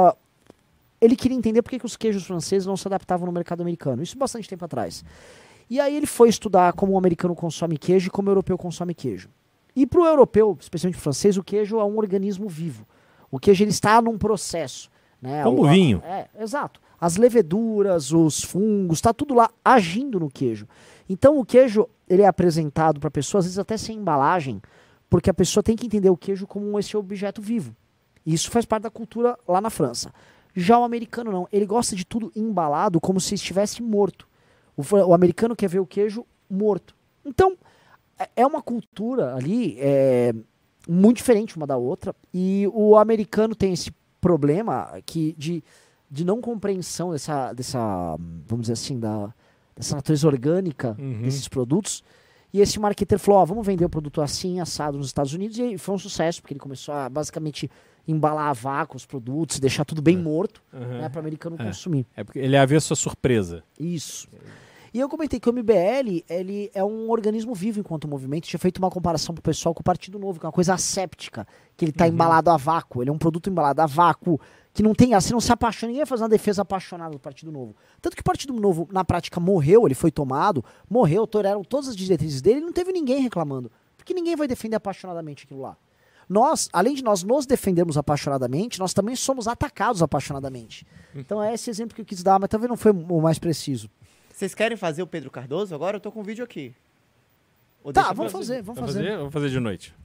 ele queria entender por que os queijos franceses não se adaptavam no mercado americano. Isso bastante tempo atrás. E aí ele foi estudar como o americano consome queijo e como o europeu consome queijo. E para o europeu, especialmente o francês, o queijo é um organismo vivo. O queijo ele está num processo. Né? Como o vinho. Exato. As leveduras, os fungos, está tudo lá agindo no queijo. Então o queijo ele é apresentado para a pessoa, às vezes até sem embalagem, porque a pessoa tem que entender o queijo como esse objeto vivo. E isso faz parte da cultura lá na França. Já o americano não. Ele gosta de tudo embalado como se estivesse morto. O americano quer ver o queijo morto. Então... é uma cultura ali muito diferente uma da outra, e o americano tem esse problema de não compreensão dessa, vamos dizer assim, dessa natureza orgânica desses produtos, e esse marqueteiro falou, vamos vender o produto assim, assado nos Estados Unidos, e aí foi um sucesso, porque ele começou a basicamente embalar a vácuo os produtos, deixar tudo bem morto, né, para o americano consumir. É porque ele é avesso à surpresa. Isso. E eu comentei que o MBL, ele é um organismo vivo enquanto movimento. Tinha feito uma comparação pro pessoal com o Partido Novo, que é uma coisa asséptica, que ele tá embalado a vácuo. Ele é um produto embalado a vácuo, que não tem, assim, não se apaixona. Ninguém vai fazer uma defesa apaixonada do Partido Novo. Tanto que o Partido Novo, na prática, morreu, ele foi tomado, morreu, toraram todas as diretrizes dele, e não teve ninguém reclamando. Porque ninguém vai defender apaixonadamente aquilo lá. Nós, além de nós nos defendermos apaixonadamente, nós também somos atacados apaixonadamente. Então é esse exemplo que eu quis dar, mas talvez não foi o mais preciso. Vocês querem fazer o Pedro Cardoso agora? Eu tô com o vídeo aqui. Ou Tá, deixa eu vamos fazer. Vamos fazer de noite.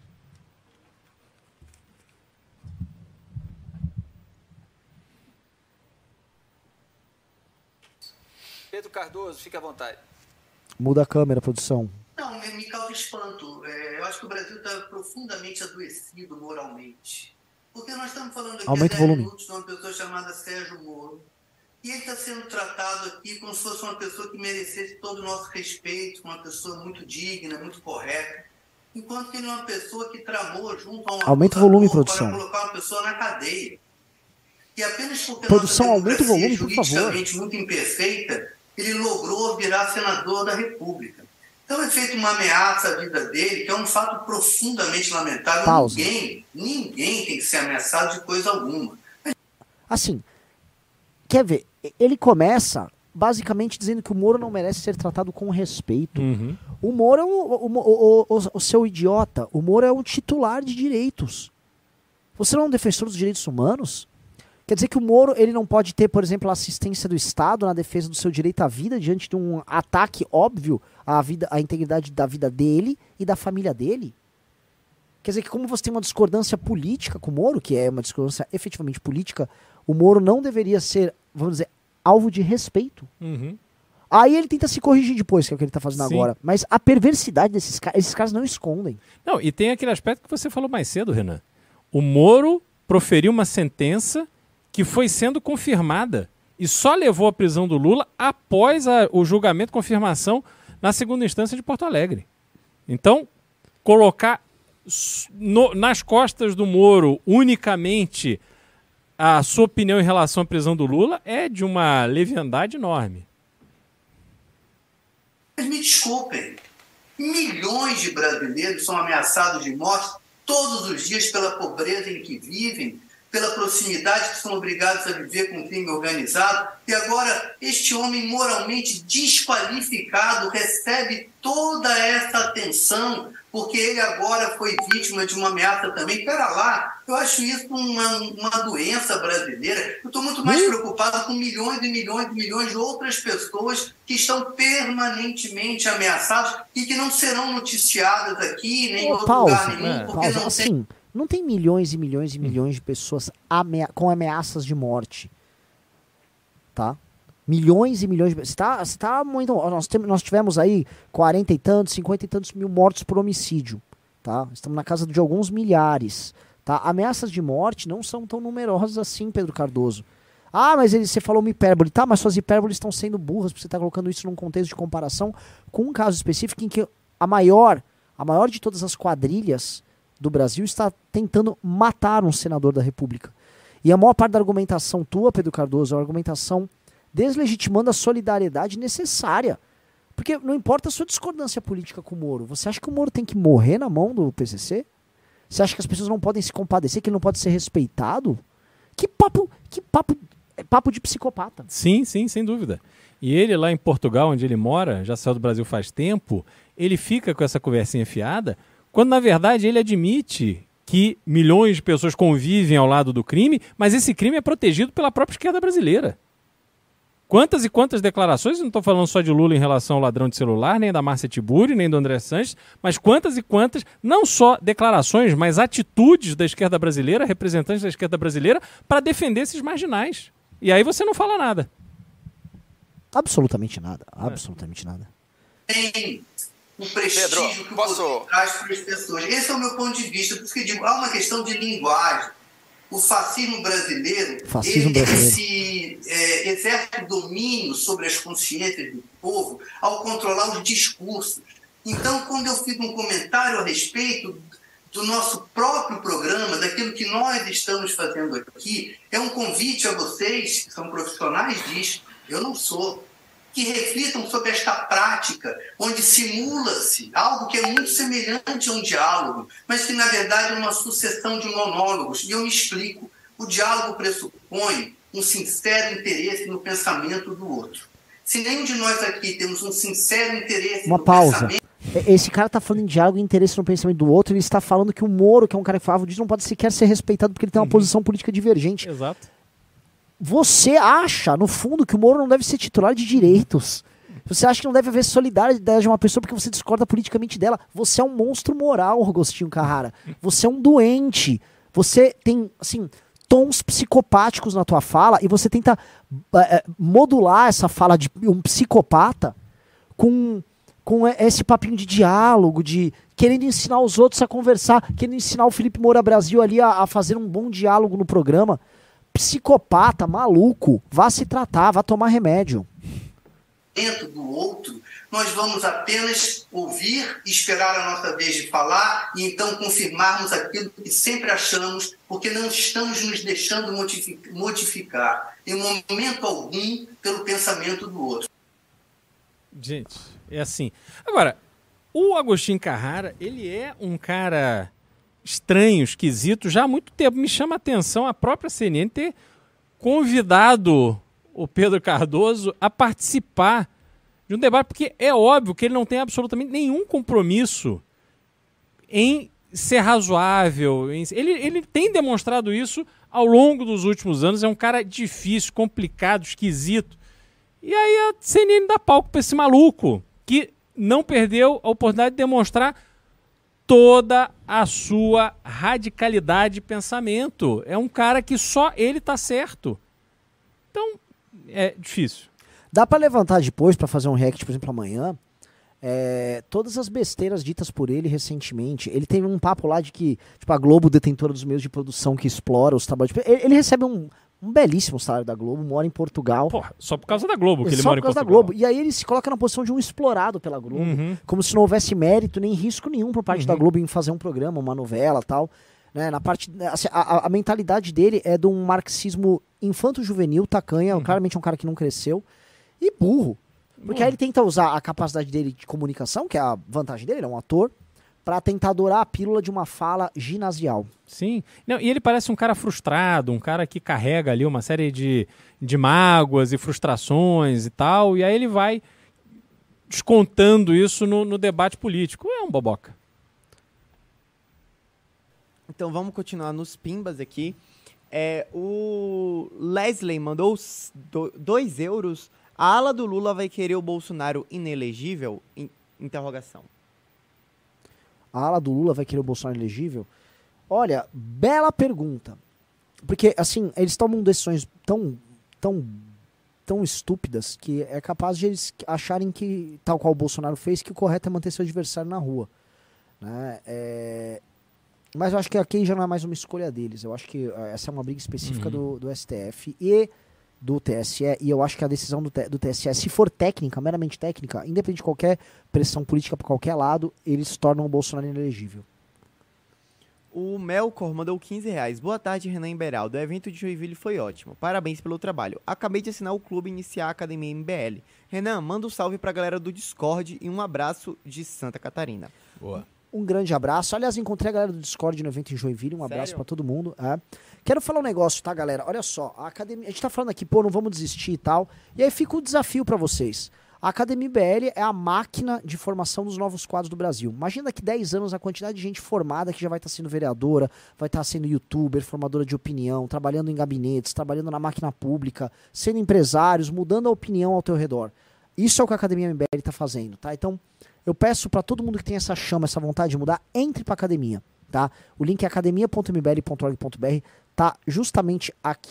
Pedro Cardoso, fique à vontade. Muda a câmera, produção. Não, me causa espanto. Eu acho que o Brasil está profundamente adoecido moralmente. Porque nós estamos falando aqui Aumenta há o 10 volume. minutos de uma pessoa chamada Sérgio Moro. E ele está sendo tratado aqui como se fosse uma pessoa que merecesse todo o nosso respeito, uma pessoa muito digna, muito correta. Enquanto que ele é uma pessoa que tramou junto a um Aumenta o volume, acusador produção. para colocar uma pessoa na cadeia. E apenas porque Produção, nossa aumenta o volume, democracia por favor. juridicamente muito imperfeita, ele logrou virar senador da República. Então é feita uma ameaça à vida dele, que é um fato profundamente lamentável. Pausa. Ninguém tem que ser ameaçado de coisa alguma. Assim, quer ver, ele começa basicamente dizendo que o Moro não merece ser tratado com respeito. O Moro é o seu idiota, o Moro é um titular de direitos. Você não é um defensor dos direitos humanos? Quer dizer que o Moro ele não pode ter, por exemplo, a assistência do Estado na defesa do seu direito à vida diante de um ataque óbvio à integridade da vida dele e da família dele? Quer dizer que como você tem uma discordância política com o Moro, que é uma discordância efetivamente política, o Moro não deveria ser, vamos dizer, alvo de respeito. Aí ele tenta se corrigir depois, que é o que ele está fazendo Sim. agora. Mas a perversidade desses caras, esses caras não escondem. Não, e tem aquele aspecto que você falou mais cedo, Renan. O Moro proferiu uma sentença que foi sendo confirmada e só levou à prisão do Lula após o julgamento, confirmação na segunda instância de Porto Alegre. Então, colocar nas costas do Moro unicamente a sua opinião em relação à prisão do Lula é de uma leviandade enorme. Mas me desculpem, milhões de brasileiros são ameaçados de morte todos os dias pela pobreza em que vivem, pela proximidade, que são obrigados a viver com o crime organizado, e agora este homem moralmente desqualificado recebe toda essa atenção, porque ele agora foi vítima de uma ameaça também. Pera lá, eu acho isso uma doença brasileira. Eu estou muito mais preocupado com milhões e milhões e milhões de outras pessoas que estão permanentemente ameaçadas e que não serão noticiadas aqui, nem em outro lugar nenhum, porque não tem... Não tem milhões e milhões e milhões de pessoas com ameaças de morte, tá? Milhões e milhões de... Você tá muito... Nós tivemos aí 40 e tantos, 50 e tantos mil mortos por homicídio, tá? Estamos na casa de alguns milhares, tá? Ameaças de morte não são tão numerosas assim, Pedro Cardoso. Ah, mas você falou uma hipérbole. Tá, mas suas hipérboles estão sendo burras, porque você está colocando isso num contexto de comparação com um caso específico em que a maior de todas as quadrilhas do Brasil está tentando matar um senador da República. E a maior parte da argumentação tua, Pedro Cardoso, é uma argumentação deslegitimando a solidariedade necessária. Porque não importa a sua discordância política com o Moro. Você acha que o Moro tem que morrer na mão do PCC? Você acha que as pessoas não podem se compadecer, que ele não pode ser respeitado? Que papo de psicopata. Sim, sem dúvida. E ele lá em Portugal, onde ele mora, já saiu do Brasil faz tempo, ele fica com essa conversinha fiada, quando na verdade ele admite que milhões de pessoas convivem ao lado do crime, mas esse crime é protegido pela própria esquerda brasileira. Quantas e quantas declarações, não estou falando só de Lula em relação ao ladrão de celular, nem da Márcia Tiburi, nem do André Sanches, mas quantas e quantas, não só declarações, mas atitudes da esquerda brasileira, representantes da esquerda brasileira, para defender esses marginais. E aí você não fala nada. Absolutamente nada, absolutamente nada. Tem o prestígio Pedro, que você traz para as pessoas. Esse é o meu ponto de vista, por isso que eu digo, há uma questão de linguagem. O fascismo brasileiro, ele exerce domínio sobre as consciências do povo ao controlar os discursos. Então, quando eu fiz um comentário a respeito do nosso próprio programa, daquilo que nós estamos fazendo aqui, é um convite a vocês, que são profissionais disso, eu não sou, que reflitam sobre esta prática, onde simula-se algo que é muito semelhante a um diálogo, mas que, na verdade, é uma sucessão de monólogos. E eu me explico. O diálogo pressupõe um sincero interesse no pensamento do outro. Se nenhum de nós aqui temos um sincero interesse no pensamento... Esse cara tá falando em diálogo e interesse no pensamento do outro, ele está falando que o Moro, que é um cara que falava disso, não pode sequer ser respeitado porque ele tem uma posição política divergente. Exato. Você acha, no fundo, que o Moro não deve ser titular de direitos. Você acha que não deve haver solidariedade de uma pessoa porque você discorda politicamente dela. Você é um monstro moral, Agostinho Carrara. Você é um doente. Você tem, assim, tons psicopáticos na tua fala e você tenta modular essa fala de um psicopata com esse papinho de diálogo, de querendo ensinar os outros a conversar, querendo ensinar o Felipe Moura Brasil ali a fazer um bom diálogo no programa. Psicopata, maluco, vá se tratar, vá tomar remédio. Dentro do outro, nós vamos apenas ouvir, esperar a nossa vez de falar e então confirmarmos aquilo que sempre achamos, porque não estamos nos deixando modificar em momento algum pelo pensamento do outro. Gente, é assim. Agora, o Agostinho Carrara, ele é um cara estranho, esquisito, já há muito tempo. Me chama a atenção a própria CNN ter convidado o Pedro Cardoso a participar de um debate, porque é óbvio que ele não tem absolutamente nenhum compromisso em ser razoável. Ele tem demonstrado isso ao longo dos últimos anos. É um cara difícil, complicado, esquisito. E aí a CNN dá palco para esse maluco, que não perdeu a oportunidade de demonstrar toda a sua radicalidade de pensamento. É um cara que só ele tá certo. Então, é difícil. Dá pra levantar depois, pra fazer um react, por exemplo, amanhã, todas as besteiras ditas por ele recentemente. Ele tem um papo lá de que, tipo, a Globo, detentora dos meios de produção que explora os trabalhos... Ele recebe um belíssimo salário da Globo, mora em Portugal. Porra, só por causa da Globo que ele só mora em por causa Portugal. da Globo. E aí ele se coloca na posição de um explorado pela Globo, como se não houvesse mérito nem risco nenhum por parte da Globo em fazer um programa, uma novela e tal. Né? Na parte, assim, a mentalidade dele é de um marxismo infanto-juvenil, tacanha, claramente um cara que não cresceu, e burro. Porque aí ele tenta usar a capacidade dele de comunicação, que é a vantagem dele, ele é um ator, pra tentar dourar a pílula de uma fala ginasial. Sim. Não, e ele parece um cara frustrado, um cara que carrega ali uma série de mágoas e frustrações e tal, e aí ele vai descontando isso no debate político. É um boboca. Então vamos continuar nos pimbas aqui. O Leslie mandou 2 euros. A ala do Lula vai querer o Bolsonaro inelegível? Interrogação. A ala do Lula vai querer o Bolsonaro elegível? Olha, bela pergunta. Porque, assim, eles tomam decisões tão estúpidas que é capaz de eles acharem que, tal qual o Bolsonaro fez, que o correto é manter seu adversário na rua. Né? Mas eu acho que aqui já não é mais uma escolha deles. Eu acho que essa é uma briga específica do STF e do TSE. E eu acho que a decisão do TSE, se for técnica, meramente técnica, independente de qualquer pressão política para qualquer lado, eles tornam o Bolsonaro inelegível. O Melkor mandou 15 reais. Boa tarde, Renan Beraldo. O evento de Joinville foi ótimo. Parabéns pelo trabalho. Acabei de assinar o clube e iniciar a Academia MBL. Renan, manda um salve pra galera do Discord e um abraço de Santa Catarina. Boa. Um grande abraço. Aliás, encontrei a galera do Discord no evento em Joinville. Um abraço Sério? pra todo mundo. Quero falar um negócio, tá, galera? Olha só, a academia. A gente tá falando aqui, não vamos desistir e tal. E aí fica o desafio pra vocês. A Academia BL é a máquina de formação dos novos quadros do Brasil. Imagina daqui 10 anos a quantidade de gente formada que já vai estar sendo vereadora, vai estar sendo youtuber, formadora de opinião, trabalhando em gabinetes, trabalhando na máquina pública, sendo empresários, mudando a opinião ao teu redor. Isso é o que a Academia MBL está fazendo, tá? Então, eu peço para todo mundo que tem essa chama, essa vontade de mudar, entre para academia, tá? O link é academia.mbl.org.br, tá justamente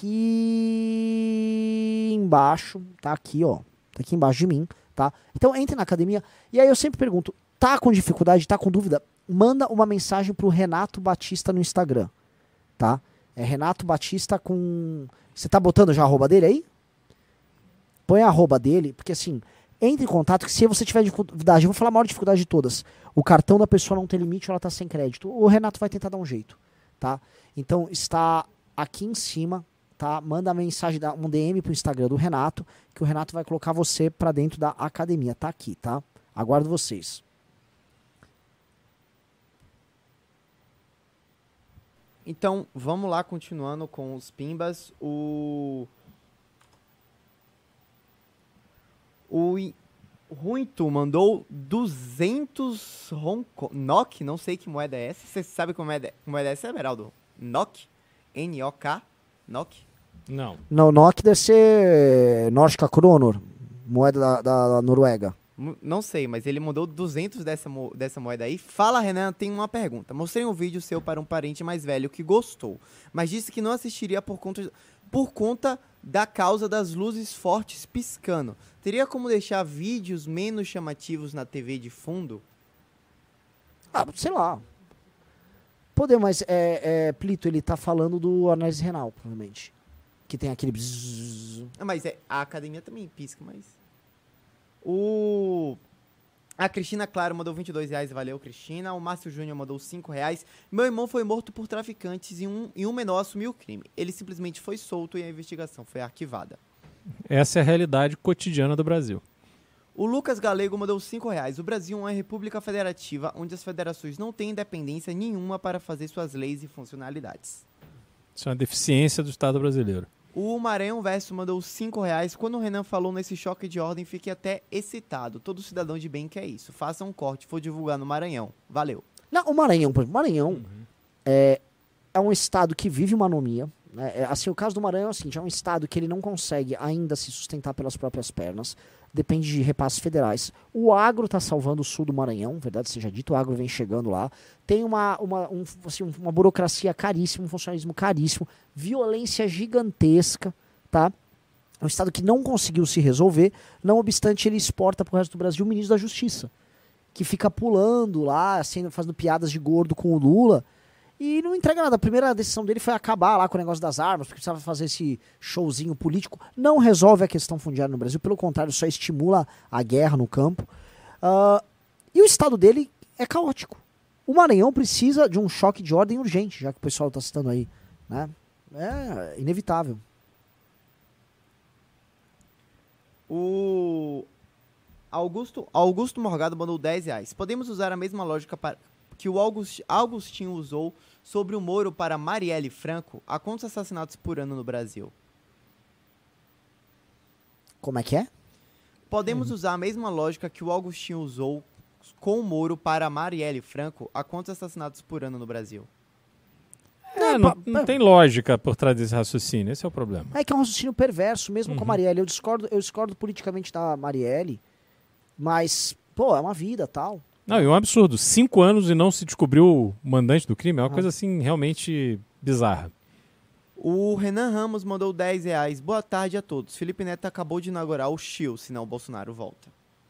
aqui embaixo, tá aqui, ó, tá aqui embaixo de mim, tá? Então, entre na academia, e aí eu sempre pergunto, tá com dificuldade, tá com dúvida? Manda uma mensagem pro Renato Batista no Instagram, tá? É Renato Batista com... Você tá botando já a arroba dele aí? Põe a arroba dele, porque assim... Entre em contato, que se você tiver dificuldade, eu vou falar a maior dificuldade de todas. O cartão da pessoa não tem limite, ela tá sem crédito. O Renato vai tentar dar um jeito, tá? Então está aqui em cima, tá? Manda a mensagem, um DM pro Instagram do Renato, que o Renato vai colocar você pra dentro da academia. Tá aqui, tá? Aguardo vocês. Então, vamos lá, continuando com os pimbas. O Ruinto mandou 200 NOK, não sei que moeda é essa. Você sabe que moeda é essa, Beraldo? NOK? N-O-K? NOK? Não. Não, NOK deve ser Norska Kronor, moeda da Noruega. Não sei, mas ele mandou 200 dessa moeda aí. Fala, Renan, tem uma pergunta. Mostrei um vídeo seu para um parente mais velho que gostou, mas disse que não assistiria por conta da causa das luzes fortes piscando. Teria como deixar vídeos menos chamativos na TV de fundo? Ah, sei lá. Poder, mas Plito, ele tá falando do análise renal, provavelmente. Que tem aquele bzzz. Mas a academia também pisca, mas... A Cristina Claro mandou 22 reais, valeu, Cristina. O Márcio Júnior mandou 5 reais. Meu irmão foi morto por traficantes e um menor assumiu o crime. Ele simplesmente foi solto e a investigação foi arquivada. Essa é a realidade cotidiana do Brasil. O Lucas Galego mandou 5 reais. O Brasil é uma república federativa onde as federações não têm independência nenhuma para fazer suas leis e funcionalidades. Isso é uma deficiência do Estado brasileiro. O Maranhão Verso mandou 5 reais. Quando o Renan falou nesse choque de ordem, fiquei até excitado. Todo cidadão de bem quer isso. Faça um corte, for divulgar no Maranhão. Valeu. Não, o Maranhão é um estado que vive uma anomia. Né? Assim, o caso do Maranhão é o seguinte, é um estado que ele não consegue ainda se sustentar pelas próprias pernas. Depende de repasses federais. O agro está salvando o sul do Maranhão, verdade seja dito, o agro vem chegando lá. Tem uma burocracia caríssima, um funcionalismo caríssimo, violência gigantesca, tá? É um estado que não conseguiu se resolver, não obstante ele exporta para o resto do Brasil o ministro da Justiça, que fica pulando lá, fazendo piadas de gordo com o Lula, e não entrega nada. A primeira decisão dele foi acabar lá com o negócio das armas, porque precisava fazer esse showzinho político. Não resolve a questão fundiária no Brasil, pelo contrário, só estimula a guerra no campo. E o estado dele é caótico. O Maranhão precisa de um choque de ordem urgente, já que o pessoal está citando aí. Né? É inevitável. O Augusto Morgado mandou 10 reais. Podemos usar a mesma lógica que o Agostinho usou sobre o Moro para Marielle Franco, há quantos assassinatos por ano no Brasil? Como é que é? Podemos usar a mesma lógica que o Agostinho usou com o Moro para Marielle Franco, há quantos assassinatos por ano no Brasil? Não tem lógica por trás desse raciocínio, esse é o problema. É que é um raciocínio perverso, mesmo com a Marielle. Eu discordo politicamente da Marielle, mas, pô, é uma vida, tal. Não, e um absurdo. 5 anos e não se descobriu o mandante do crime é uma coisa, assim, realmente bizarra. O Renan Ramos mandou R$10. Boa tarde a todos. Felipe Neto acabou de inaugurar o Chill, senão o Bolsonaro volta.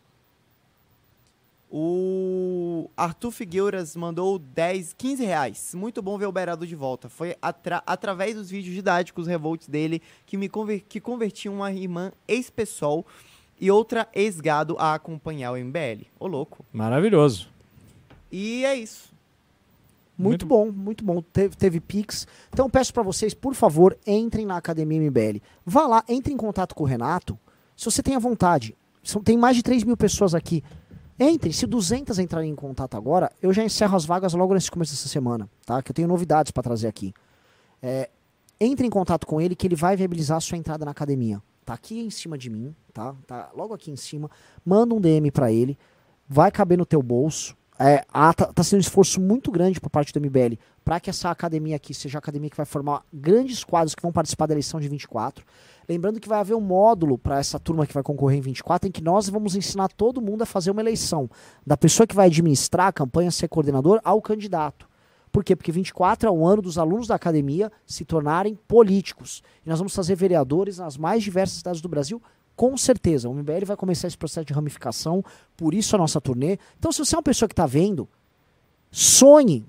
O Arthur Figueiras mandou R$15. Muito bom ver o Beraldo de volta. Foi através dos vídeos didáticos revolts dele que converti uma irmã ex-PSOL e outra ex-gado a acompanhar o MBL. Ô, louco. Maravilhoso. E é isso. Muito bom, muito bom. Teve Pix. Então peço pra vocês, por favor, entrem na Academia MBL. Vá lá, entre em contato com o Renato, se você tem a vontade. Tem mais de 3 mil pessoas aqui. Entre, se 200 entrarem em contato agora, eu já encerro as vagas logo nesse começo dessa semana, tá? Que eu tenho novidades pra trazer aqui. Entre em contato com ele que ele vai viabilizar a sua entrada na academia. Tá aqui em cima de mim, tá? Tá logo aqui em cima. Manda um DM pra ele. Vai caber no teu bolso. Tá sendo um esforço muito grande por parte do MBL para que essa academia aqui seja a academia que vai formar grandes quadros que vão participar da eleição de 24. Lembrando que vai haver um módulo para essa turma que vai concorrer em 24, em que nós vamos ensinar todo mundo a fazer uma eleição. Da pessoa que vai administrar a campanha, ser coordenador, ao candidato. Por quê? Porque 24 é o ano dos alunos da academia se tornarem políticos. E nós vamos fazer vereadores nas mais diversas cidades do Brasil. Com certeza, o MBL vai começar esse processo de ramificação, por isso a nossa turnê. Então, se você é uma pessoa que está vendo, sonhe.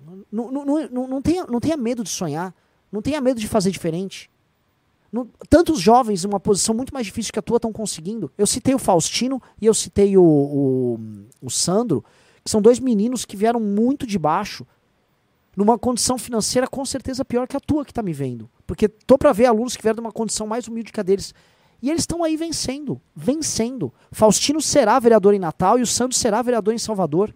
Não tenha medo de sonhar. Não tenha medo de fazer diferente. Tantos jovens em uma posição muito mais difícil que a tua estão conseguindo. Eu citei o Faustino e eu citei o Sandro, que são 2 meninos que vieram muito de baixo, numa condição financeira com certeza pior que a tua que está me vendo. Porque tô para ver alunos que vieram de uma condição mais humilde que a deles. E eles estão aí vencendo. Faustino será vereador em Natal e o Sandro será vereador em Salvador.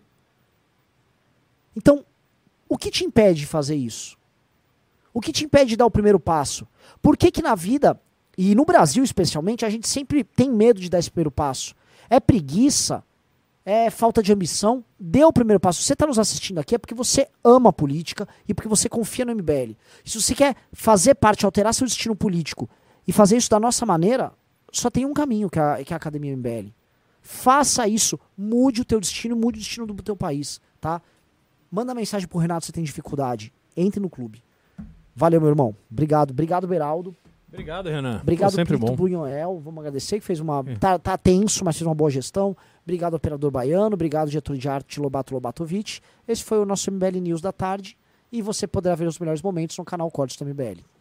Então, o que te impede de fazer isso? O que te impede de dar o primeiro passo? Por que na vida, e no Brasil especialmente, a gente sempre tem medo de dar esse primeiro passo? É preguiça? É falta de ambição? Dê o primeiro passo. Você está nos assistindo aqui é porque você ama a política e porque você confia no MBL. E se você quer fazer parte, alterar seu destino político e fazer isso da nossa maneira, só tem um caminho, que é a Academia MBL. Faça isso, mude o teu destino, mude o destino do teu país, tá? Manda mensagem pro Renato se você tem dificuldade. Entre no clube. Valeu, meu irmão. Obrigado, Beraldo. Obrigado, Renan. Obrigado, sempre Pinto bom. Bunhoel. Vamos agradecer que fez uma... Tá tenso, mas fez uma boa gestão. Obrigado, Operador Baiano. Obrigado, diretor de arte Lobato Lobatovic. Esse foi o nosso MBL News da tarde. E você poderá ver os melhores momentos no canal Cortes do MBL.